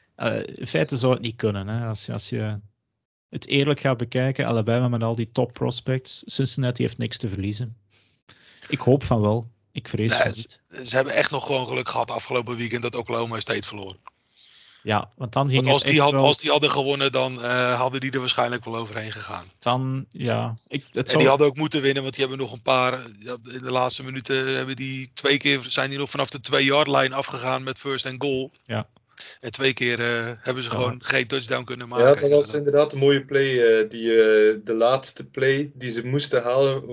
zou het niet kunnen. Hè. Als je het eerlijk gaat bekijken, Alabama met al die top prospects, Cincinnati heeft niks te verliezen. Ik hoop van wel. Ik vrees van niet. Ze hebben echt nog gewoon geluk gehad afgelopen weekend dat Oklahoma State verloor. Ja, want dan ging als die hadden gewonnen, dan hadden die er waarschijnlijk wel overheen gegaan. Dan, ja. Die hadden ook moeten winnen, want die hebben nog een paar... In de laatste minuten hebben zijn die nog vanaf de 2-yard-lijn afgegaan met first and goal. Ja. En 2 keer hebben ze gewoon geen touchdown kunnen maken. Ja, dat was inderdaad een mooie play. De laatste play die ze moesten halen,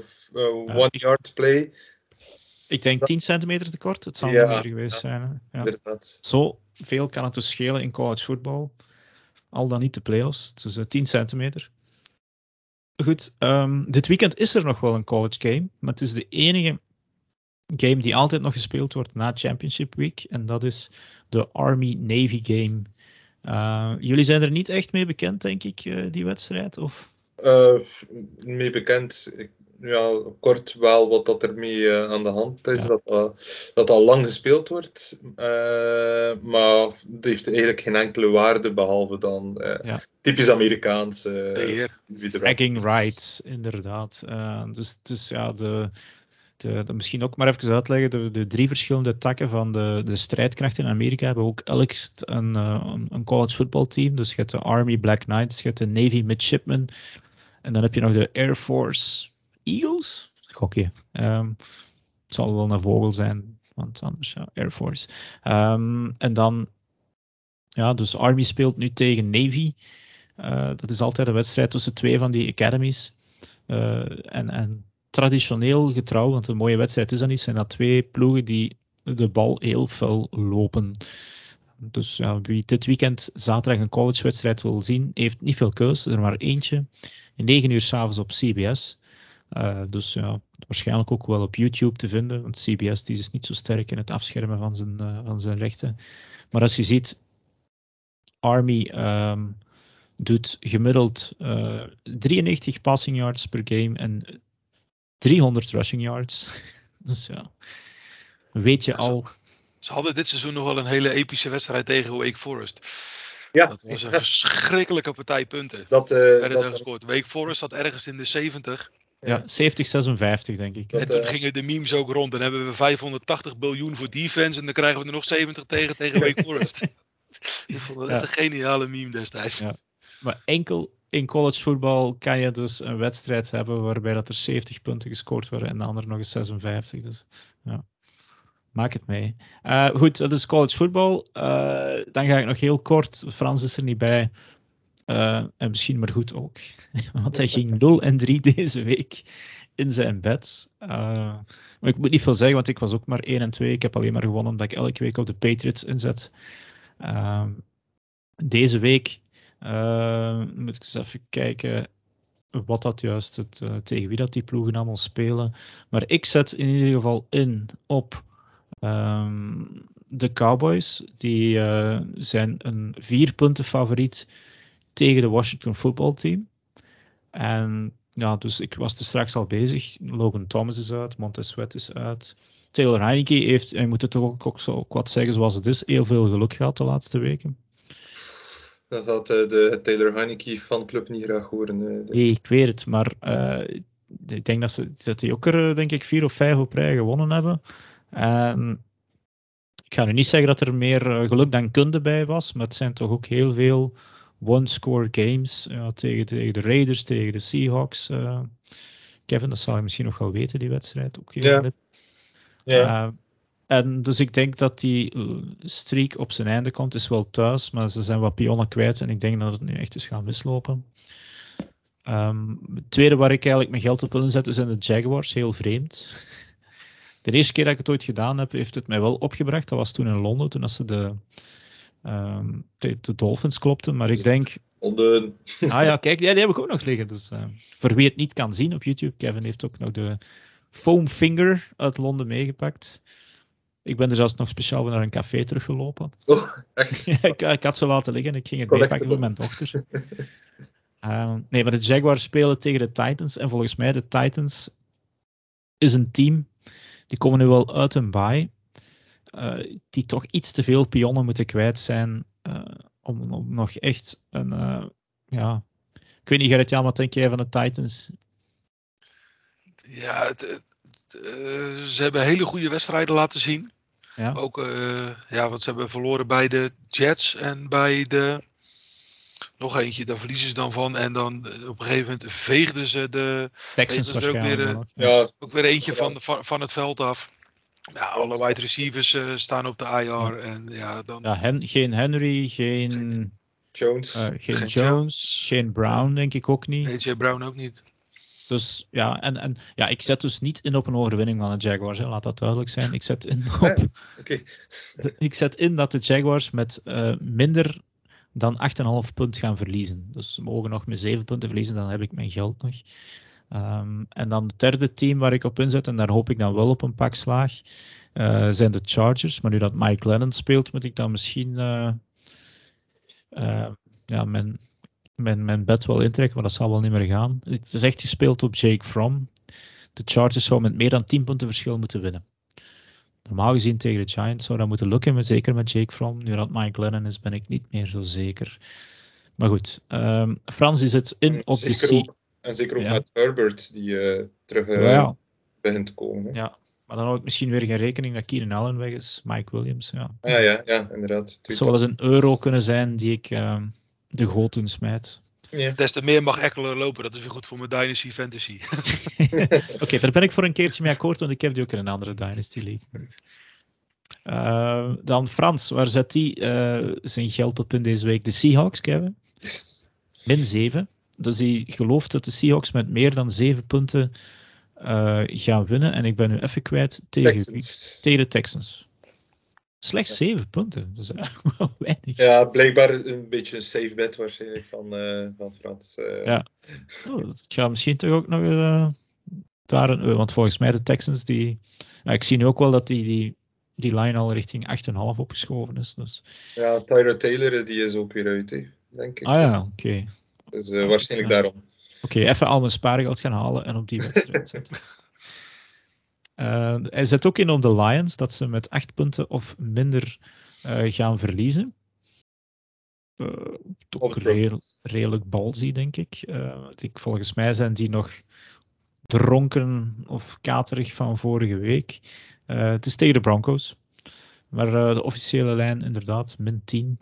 1-yard play. Ik denk 10 centimeter te kort. Het zal meer geweest zijn. Hè? Ja. Zo veel kan het dus schelen in college football. Al dan niet de playoffs. Dus 10 centimeter. Goed, dit weekend is er nog wel een college game. Maar het is de enige game die altijd nog gespeeld wordt na Championship Week. En dat is de Army-Navy game Jullie zijn er niet echt mee bekend, denk ik, die wedstrijd? Of? Mee bekend. Kort wel wat dat ermee aan de hand is. Ja. Dat al lang gespeeld wordt. Maar het heeft eigenlijk geen enkele waarde behalve dan typisch Amerikaans. Bragging rights, inderdaad. Dus het is misschien ook maar even uitleggen. De 3 verschillende takken van de strijdkrachten in Amerika hebben ook elk een college voetbalteam. Dus je hebt de Army Black Knights, je hebt de Navy Midshipmen. En dan heb je nog de Air Force Eagles? Gokje. Het zal wel een vogel zijn, want anders Air Force. En dan, dus Army speelt nu tegen Navy. Dat is altijd een wedstrijd tussen 2 van die academies. En traditioneel getrouw, want een mooie wedstrijd is dat niet, zijn dat 2 ploegen die de bal heel fel lopen. Dus wie dit weekend zaterdag een collegewedstrijd wil zien, heeft niet veel keus. Er maar eentje. 9 uur 's avonds op CBS. Dus waarschijnlijk ook wel op YouTube te vinden. Want CBS die is niet zo sterk in het afschermen van zijn rechten. Maar als je ziet, Army doet gemiddeld 93 passing yards per game en 300 rushing yards. Dus weet je al. Ze hadden dit seizoen nog wel een hele epische wedstrijd tegen Wake Forest. Ja. Dat was een verschrikkelijke partij punten. Wake Forest zat ergens in de 70. Ja, 70-56 denk ik. En toen gingen de memes ook rond. Dan hebben we 580 biljoen voor defense en dan krijgen we er nog 70 tegen Wake Forest. Ik vond dat echt een geniale meme destijds. Ja. Maar enkel in college voetbal kan je dus een wedstrijd hebben waarbij dat er 70 punten gescoord worden en de andere nog eens 56. Dus maak het mee. Goed, dat is college voetbal. Dan ga ik nog heel kort. Frans is er niet bij. En misschien maar goed ook. Want hij ging 0-3 deze week in zijn bed. Maar ik moet niet veel zeggen, want ik was ook maar 1-2. Ik heb alleen maar gewonnen omdat ik elke week op de Patriots inzet. Deze week moet ik eens even kijken wat dat juist tegen wie dat die ploegen allemaal spelen. Maar ik zet in ieder geval in op de Cowboys. Die zijn een 4 punten favoriet tegen de Washington footballteam. En dus ik was er straks al bezig. Logan Thomas is uit, Montez Sweat is uit. Taylor Heineke heeft, en je moet het toch ook wat zeggen zoals het is, heel veel geluk gehad de laatste weken. Dat had de Taylor Heineke fanclub niet graag horen. Nee, ik weet het, maar ik denk dat die ook er denk ik 4 of 5 op rij gewonnen hebben. Ik ga nu niet zeggen dat er meer geluk dan kunde bij was, maar het zijn toch ook heel veel one-score games tegen de Raiders, tegen de Seahawks. Kevin, dat zal je misschien nog wel weten, die wedstrijd. Ook en dus ik denk dat die streak op zijn einde komt. Het is wel thuis, maar ze zijn wat pionnen kwijt en ik denk dat het nu echt is gaan mislopen. Het tweede waar ik eigenlijk mijn geld op wil inzetten zijn de Jaguars. Heel vreemd. De eerste keer dat ik het ooit gedaan heb, heeft het mij wel opgebracht. Dat was toen in Londen, toen als ze de Dolphins klopten. Maar ik denk... kijk, die heb ik ook nog liggen. Dus, voor wie het niet kan zien op YouTube, Kevin heeft ook nog de Foam Finger uit Londen meegepakt. Ik ben er zelfs nog speciaal naar een café teruggelopen. Oh, echt? ik had ze laten liggen. Ik ging het meepakken met mijn dochter. Nee, maar de Jaguars spelen tegen de Titans. En volgens mij, de Titans is een team. Die komen nu wel uit een bye. Die toch iets te veel pionnen moeten kwijt zijn. Om nog echt een... Ik weet niet, Gerrit-Jan, wat denk jij van de Titans? Ja, ze hebben hele goede wedstrijden laten zien. Ja. Ook, want ze hebben verloren bij de Jets en bij de... Nog eentje, daar verliezen ze dan van. En dan op een gegeven moment veegden ze de Texans er ook weer eentje van het veld af. Ja, alle wide receivers staan op de IR. En, geen Henry, geen Jones. geen Jones, geen Brown denk ik ook niet. AJ Brown ook niet. Dus ik zet dus niet in op een overwinning van de Jaguars. Hè. Laat dat duidelijk zijn. Ik zet in op... Ik zet in dat de Jaguars met minder dan 8,5 punten gaan verliezen. Dus ze mogen nog met 7 punten verliezen, dan heb ik mijn geld nog. En dan het derde team waar ik op inzet, en daar hoop ik dan wel op een pak slaag, zijn de Chargers. Maar nu dat Mike Lennon speelt, moet ik dan misschien mijn bet wel intrekken, maar dat zal wel niet meer gaan. Het is echt gespeeld op Jake Fromm. De Chargers zou met meer dan 10 punten verschil moeten winnen. Normaal gezien tegen de Giants zou dat moeten lukken, maar zeker met Jake Fromm. Nu dat Mike Glennon is, ben ik niet meer zo zeker. Maar goed, Frans is het in op de C. En zeker ook met Herbert, die terug begint te komen. Hè. Ja, maar dan hou ik misschien weer geen rekening dat Keenan Allen weg is. Mike Williams, ja. Ja, inderdaad. Het zou wel eens een euro kunnen zijn die ik de goot in smijt. Ja. Des te meer mag Eckler lopen. Dat is weer goed voor mijn Dynasty Fantasy. Oké, daar ben ik voor een keertje mee akkoord, want ik heb die ook in een andere Dynasty League. Dan Frans, waar zet hij zijn geld op in deze week? De Seahawks, Kevin? Min 7. Dus hij gelooft dat de Seahawks met meer dan 7 punten gaan winnen. En ik ben nu even kwijt tegen de Texans. Slechts 7 punten. Dat is eigenlijk wel weinig. Ja, blijkbaar een beetje een safe bet waarschijnlijk van Frans. Ja. Ik ga misschien toch ook nog daar... want volgens mij de Texans, ik zie nu ook wel dat die line al richting 8,5 opgeschoven is. Dus. Ja, Tyler Taylor, die is ook weer uit, denk ik. Ah ja, oké. Dus waarschijnlijk daarom. Oké, even al mijn spaargeld gaan halen en op die wedstrijd zetten. Hij zet ook in op de Lions dat ze met 8 punten of minder gaan verliezen. Toch redelijk ballsy, denk ik. Volgens mij zijn die nog dronken of katerig van vorige week. Het is tegen de Broncos. Maar de officiële lijn inderdaad, min 10.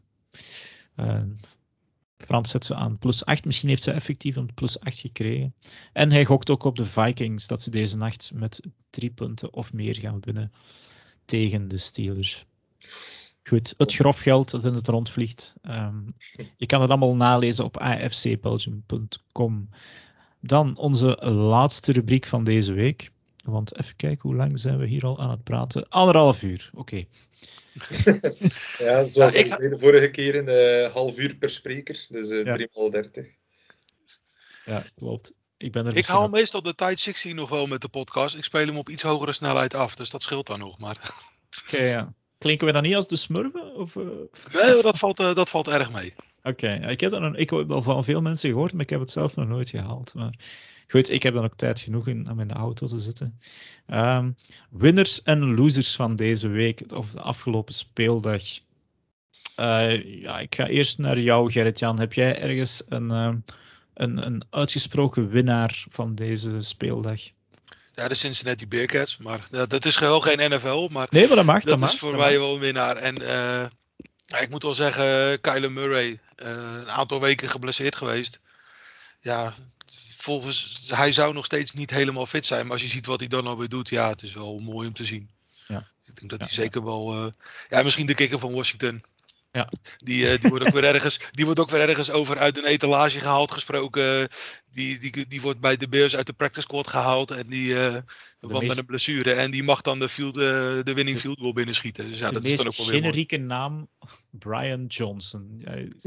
Frans zet ze aan plus 8. Misschien heeft ze effectief een plus 8 gekregen. En hij gokt ook op de Vikings dat ze deze nacht met 3 punten of meer gaan winnen tegen de Steelers. Goed, het grofgeld dat in het rond vliegt. Je kan het allemaal nalezen op afcbelgium.com. Dan onze laatste rubriek van deze week. Want even kijken, hoe lang zijn we hier al aan het praten? 1,5 uur, oké. Ja, zoals de vorige keer een half uur per spreker, dus 3x30. Ja, klopt. Ik hou meestal de tijd 16 nog wel met de podcast. Ik speel hem op iets hogere snelheid af, dus dat scheelt dan nog maar. Oké, ja. Klinken we dan niet als de smurfen? Of, Nee, dat valt erg mee. Oké, ik heb het al van veel mensen gehoord, maar ik heb het zelf nog nooit gehaald. Maar goed, ik heb dan ook tijd genoeg om in de auto te zitten. Winners en losers van deze week, of de afgelopen speeldag. Ik ga eerst naar jou, Gerrit-Jan. Heb jij ergens een uitgesproken winnaar van deze speeldag? Ja, de Cincinnati Bearcats, maar dat is geheel geen NFL. Maar nee, maar dat mag. Dat is voor mij wel een winnaar. En ik moet wel zeggen, Kyler Murray, een aantal weken geblesseerd geweest. Ja, hij zou nog steeds niet helemaal fit zijn. Maar als je ziet wat hij dan alweer doet, ja, het is wel mooi om te zien. Ja. Ik denk dat hij zeker wel... misschien de kicker van Washington. Ja. Die wordt ook weer ergens over uit een etalage gehaald gesproken. Die wordt bij de Bears uit de practice squad gehaald. En die met een blessure. En die mag dan de winning field goal binnenschieten. Dus ja, dat is dan ook wel weer generieke naam, Brian Johnson.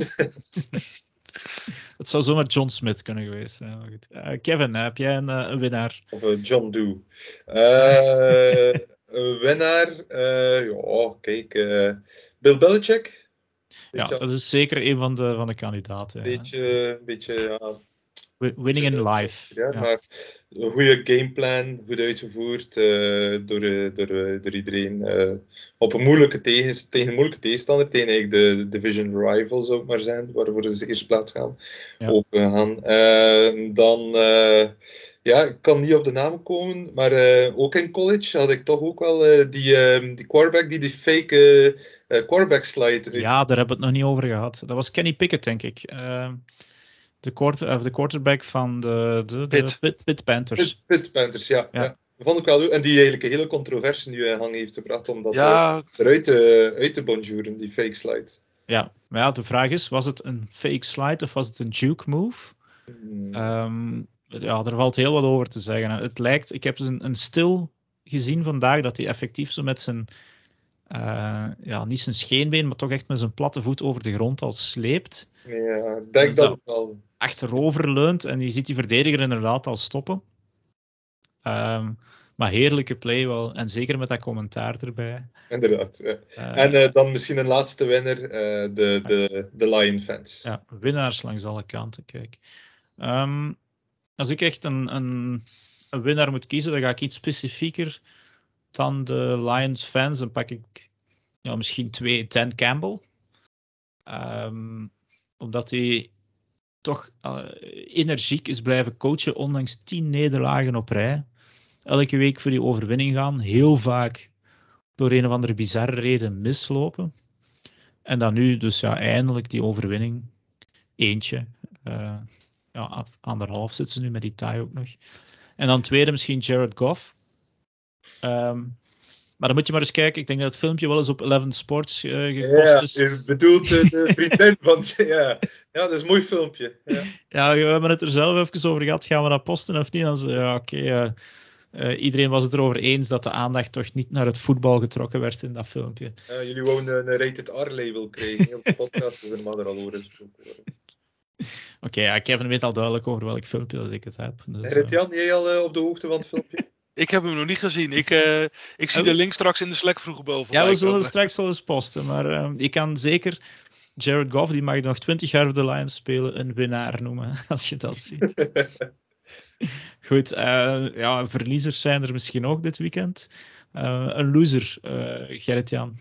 Het zou zomaar John Smith kunnen geweest zijn. Kevin, heb jij een winnaar? Of John Doe. Een winnaar? Kijk. Bill Belichick. Ja, dat is zeker een van de kandidaten. Beetje winning in life. Ja. Maar een goede gameplan, goed uitgevoerd door iedereen. Op een moeilijke tegen een moeilijke tegenstander, tegen eigenlijk de division rival zou het maar zijn, waarvoor ze eerste plaats gaan gaan. Dan, ik kan niet op de naam komen, maar ook in college had ik toch ook wel die quarterback die fake quarterback slide. Ja, daar hebben we het nog niet over gehad. Dat was Kenny Pickett, denk ik. De quarterback van de Pitt Panthers. Pitt Panthers, ja. Dat vond ik wel leuk. En die eigenlijk een hele controversie nu in gang heeft gebracht om dat eruit te bonjouren, die fake slide. Ja, maar ja, de vraag is, was het een fake slide of was het een juke move? Er valt heel wat over te zeggen. Het lijkt, ik heb dus een stil gezien vandaag dat hij effectief zo met zijn, niet zijn scheenbeen, maar toch echt met zijn platte voet over de grond al sleept. Ja, ik denk dat het wel. Achterover leunt en je ziet die verdediger inderdaad al stoppen. Maar Maar heerlijke play wel. En zeker met dat commentaar erbij. Inderdaad. Ja. En dan misschien een laatste winnaar, de Lion fans. Ja, winnaars langs alle kanten, kijk. Als ik echt een winnaar moet kiezen, dan ga ik iets specifieker dan de Lions fans. Dan pak ik misschien 2 Dan Campbell. Omdat hij toch energiek is blijven coachen, ondanks 10 nederlagen op rij. Elke week voor die overwinning gaan. Heel vaak door een of andere bizarre reden mislopen. En dan nu dus eindelijk die overwinning. Eentje. 1,5 zitten ze nu met die tie ook nog. En dan tweede misschien Jared Goff. Maar dan moet je maar eens kijken. Ik denk dat het filmpje wel eens op 11 Sports gepost is. Ja, je bedoelt de vriendin van... Ja, dat is een mooi filmpje. Ja, we hebben het er zelf even over gehad. Gaan we dat posten of niet? Dan oké. Iedereen was het erover eens dat de aandacht toch niet naar het voetbal getrokken werd in dat filmpje. Jullie wouden een rated R-label krijgen op de podcast. Dus er mag er al over gesproken worden. Oké, Kevin weet al duidelijk over welk filmpje dat ik het heb. Dus, Jan, jij al op de hoogte van het filmpje? Ik heb hem nog niet gezien. Ik zie de link straks in de Slack vroeg boven. Ja, we zullen het straks wel eens posten. Maar je kan zeker Jared Goff, die mag nog 20 jaar voor de Lions spelen, een winnaar noemen. Als je dat ziet. Goed, verliezers zijn er misschien ook dit weekend. Een loser, Gerrit-Jan.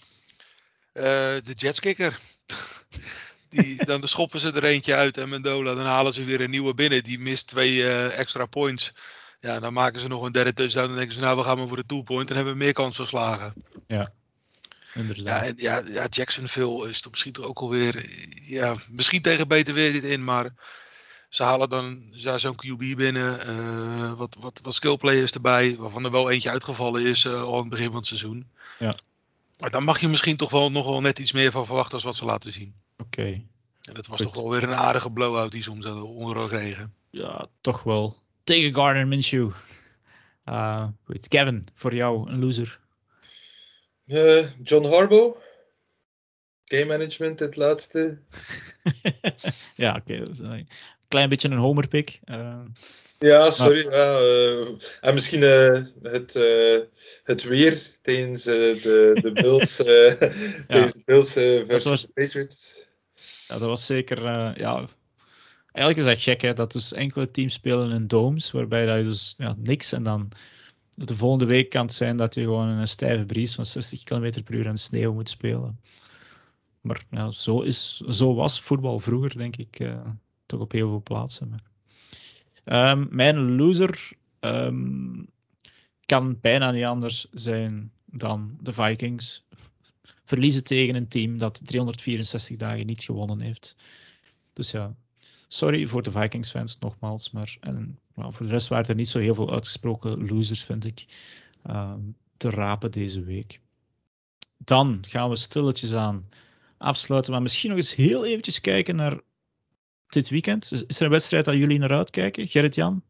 De Jetskicker. Dan schoppen ze er eentje uit en Mendola. Dan halen ze weer een nieuwe binnen. Die mist 2 extra points. Ja, dan maken ze nog een derde touchdown. Dan denken ze, we gaan maar voor de 2-point. En hebben we meer kans van slagen. Ja, inderdaad. Ja, Jacksonville is toch misschien toch ook alweer... Ja, misschien tegen beter weer dit in, maar... Ze halen dan zo'n QB binnen, wat skillplayers erbij, waarvan er wel eentje uitgevallen is al aan het begin van het seizoen. Ja. Maar dan mag je misschien toch wel nog wel net iets meer van verwachten als wat ze laten zien. Oké. En dat was toch wel weer een aardige blowout die ze om onder kregen. Ja, toch wel. Tegen Gardner Minshew. Goed. Kevin, voor jou een loser. John Harbaugh. Game management, het laatste. Ja, oké. Dat is een klein beetje een homerpick. Ja, sorry. En misschien het weer tijdens de Bills, tijdens de Bills versus de Patriots. Ja, dat was zeker... Eigenlijk is dat gek, hè, dat dus enkele teams spelen in domes, waarbij dat je dus niks en dan de volgende week kan het zijn dat je gewoon een stijve bries van 60 km per uur in sneeuw moet spelen. Maar zo was voetbal vroeger, denk ik, toch op heel veel plaatsen. Mijn loser kan bijna niet anders zijn dan de Vikings. Verliezen tegen een team dat 364 dagen niet gewonnen heeft. Dus ja, sorry voor de Vikings-fans nogmaals, maar voor de rest waren er niet zo heel veel uitgesproken losers, vind ik, te rapen deze week. Dan gaan we stilletjes aan afsluiten, maar misschien nog eens heel eventjes kijken naar dit weekend. Is er een wedstrijd dat jullie naar uitkijken? Gerrit-Jan?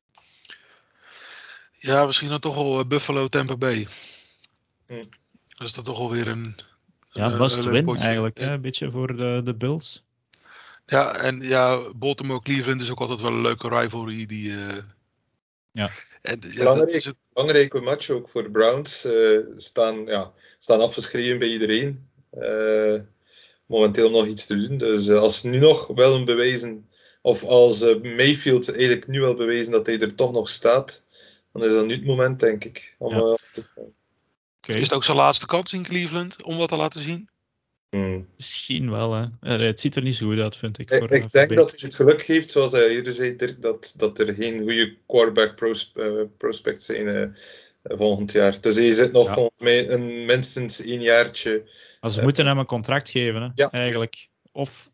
Ja, misschien dan toch wel Buffalo Tampa Bay. Dat is dan toch alweer een must win potje. Eigenlijk, hè? Een beetje voor de Bills. Ja, en Baltimore Cleveland is ook altijd wel een leuke rivalry. En, belangrijke match ook voor de Browns. Staan afgeschreven bij iedereen. Momenteel nog iets te doen. Dus als nu nog wel een bewijzen, of als Mayfield eigenlijk nu wel bewijzen dat hij er toch nog staat, dan is dat nu het moment, denk ik, om te staan. Okay. Is het ook zijn laatste kans in Cleveland om wat te laten zien? Misschien wel, hè. Het ziet er niet zo goed uit, vind ik. Ik denk dat hij het geluk heeft, zoals hij eerder zei, Dirk, dat er geen goede quarterback prospects zijn volgend jaar. Dus hij zit nog volgens mij minstens 1 jaartje. Maar ze moeten hem een contract geven, hè, ja. eigenlijk. Of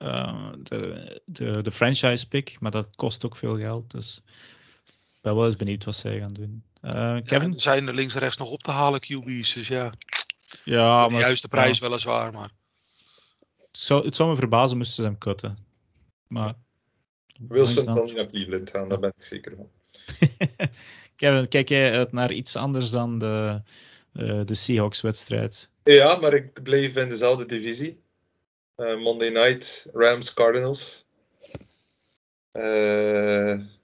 de franchise pick, maar dat kost ook veel geld. Dus ik ben wel eens benieuwd wat zij gaan doen. Kevin? Er zijn er links en rechts nog op te halen QB's, dus ja. Ja, voor de juiste prijs weliswaar, maar... Het zou me verbazen moesten ze hem cutten. Maar... Wilson zal niet naar Cleveland gaan, daar ben ik zeker van. Kevin, kijk jij uit naar iets anders dan de Seahawks-wedstrijd? Ja, maar ik blijf in dezelfde divisie. Monday night, Rams-Cardinals.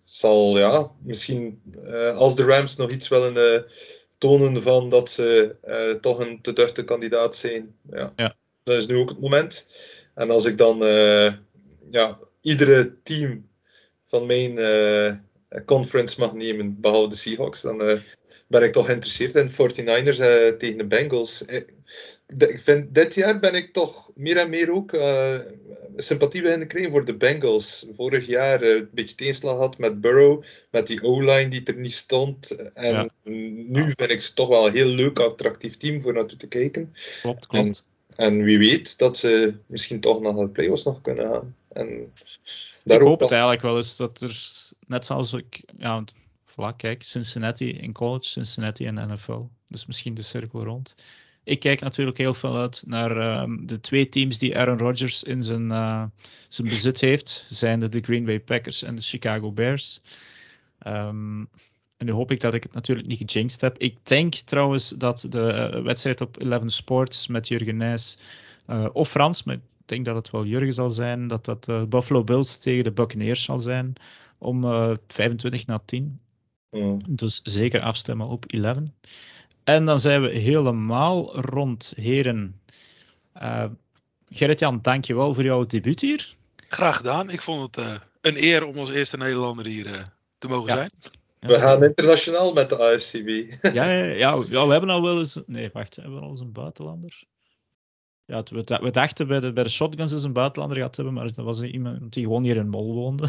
zal misschien als de Rams nog iets willen tonen van dat ze toch een te duchte kandidaat zijn. Ja. Dat is nu ook het moment. En als ik dan iedere team van mijn conference mag nemen, behalve de Seahawks, dan ben ik toch geïnteresseerd in 49ers tegen de Bengals. Ik vind, dit jaar ben ik toch meer en meer ook sympathie beginnen krijgen voor de Bengals. Vorig jaar een beetje tegenslag had met Burrow, met die O-line die er niet stond. En nu vind ik ze toch wel een heel leuk, attractief team voor naartoe te kijken. Klopt. En wie weet dat ze misschien toch naar de playoffs nog kunnen gaan. En ik hoop het eigenlijk wel eens dat er, net zoals ik... Ja, voilà, kijk, Cincinnati in college, Cincinnati in de NFL. Dus misschien de cirkel rond. Ik kijk natuurlijk heel veel uit naar de 2 teams die Aaron Rodgers in zijn bezit heeft. Zijn de Green Bay Packers en de Chicago Bears. En nu hoop ik dat ik het natuurlijk niet gejinxed heb. Ik denk trouwens dat de wedstrijd op 11 Sports met Jurgen Nijs of Frans, maar ik denk dat het wel Jurgen zal zijn, dat dat Buffalo Bills tegen de Buccaneers zal zijn om 25-10. Dus zeker afstemmen op 11. En dan zijn we helemaal rond, heren. Gerrit-Jan, dank je wel voor jouw debuut hier. Graag gedaan. Ik vond het een eer om als eerste Nederlander hier te mogen zijn. We gaan internationaal met de AFCB. Ja, we hebben al wel eens... Nee, wacht. Hebben we al eens een buitenlander? Ja, we dachten bij de Shotguns eens een buitenlander gehad hebben, maar dat was iemand die gewoon hier in Mol woonde.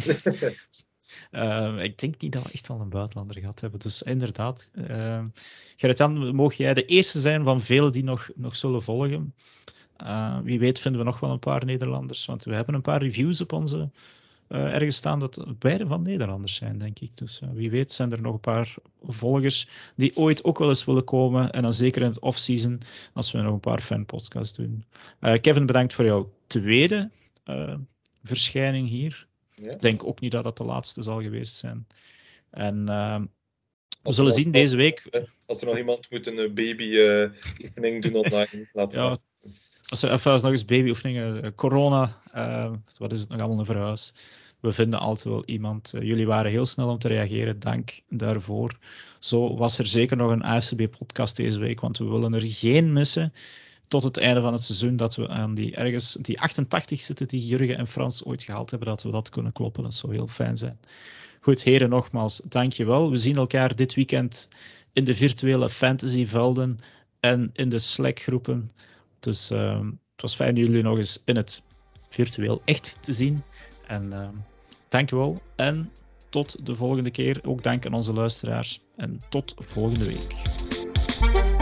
Ik denk niet dat we echt al een buitenlander gehad hebben. Dus inderdaad. Gerrit-Jan, mogen jij de eerste zijn van velen die nog zullen volgen. Wie weet vinden we nog wel een paar Nederlanders. Want we hebben een paar reviews op onze... ergens staan dat beide van Nederlanders zijn, denk ik. Dus wie weet zijn er nog een paar volgers die ooit ook wel eens willen komen. En dan zeker in het off-season, als we nog een paar fanpodcasts doen. Kevin, bedankt voor jouw tweede verschijning hier. Ja. Ik denk ook niet dat dat de laatste zal geweest zijn. En we zullen zien deze week... Als er nog iemand moet een baby-oefening doen online, laten we Als nog eens babyoefeningen, corona, wat is het nog allemaal een verhuis? We vinden altijd wel iemand. Jullie waren heel snel om te reageren, dank daarvoor. Zo was er zeker nog een AFCB-podcast deze week, want we willen er geen missen tot het einde van het seizoen, dat we aan die 88 zitten die Jurgen en Frans ooit gehaald hebben, dat we dat kunnen kloppen. Dat zou heel fijn zijn. Goed, heren, nogmaals, dankjewel. We zien elkaar dit weekend in de virtuele fantasyvelden en in de Slack-groepen. Dus het was fijn jullie nog eens in het virtueel echt te zien. En dankjewel. En tot de volgende keer. Ook dank aan onze luisteraars. En tot volgende week.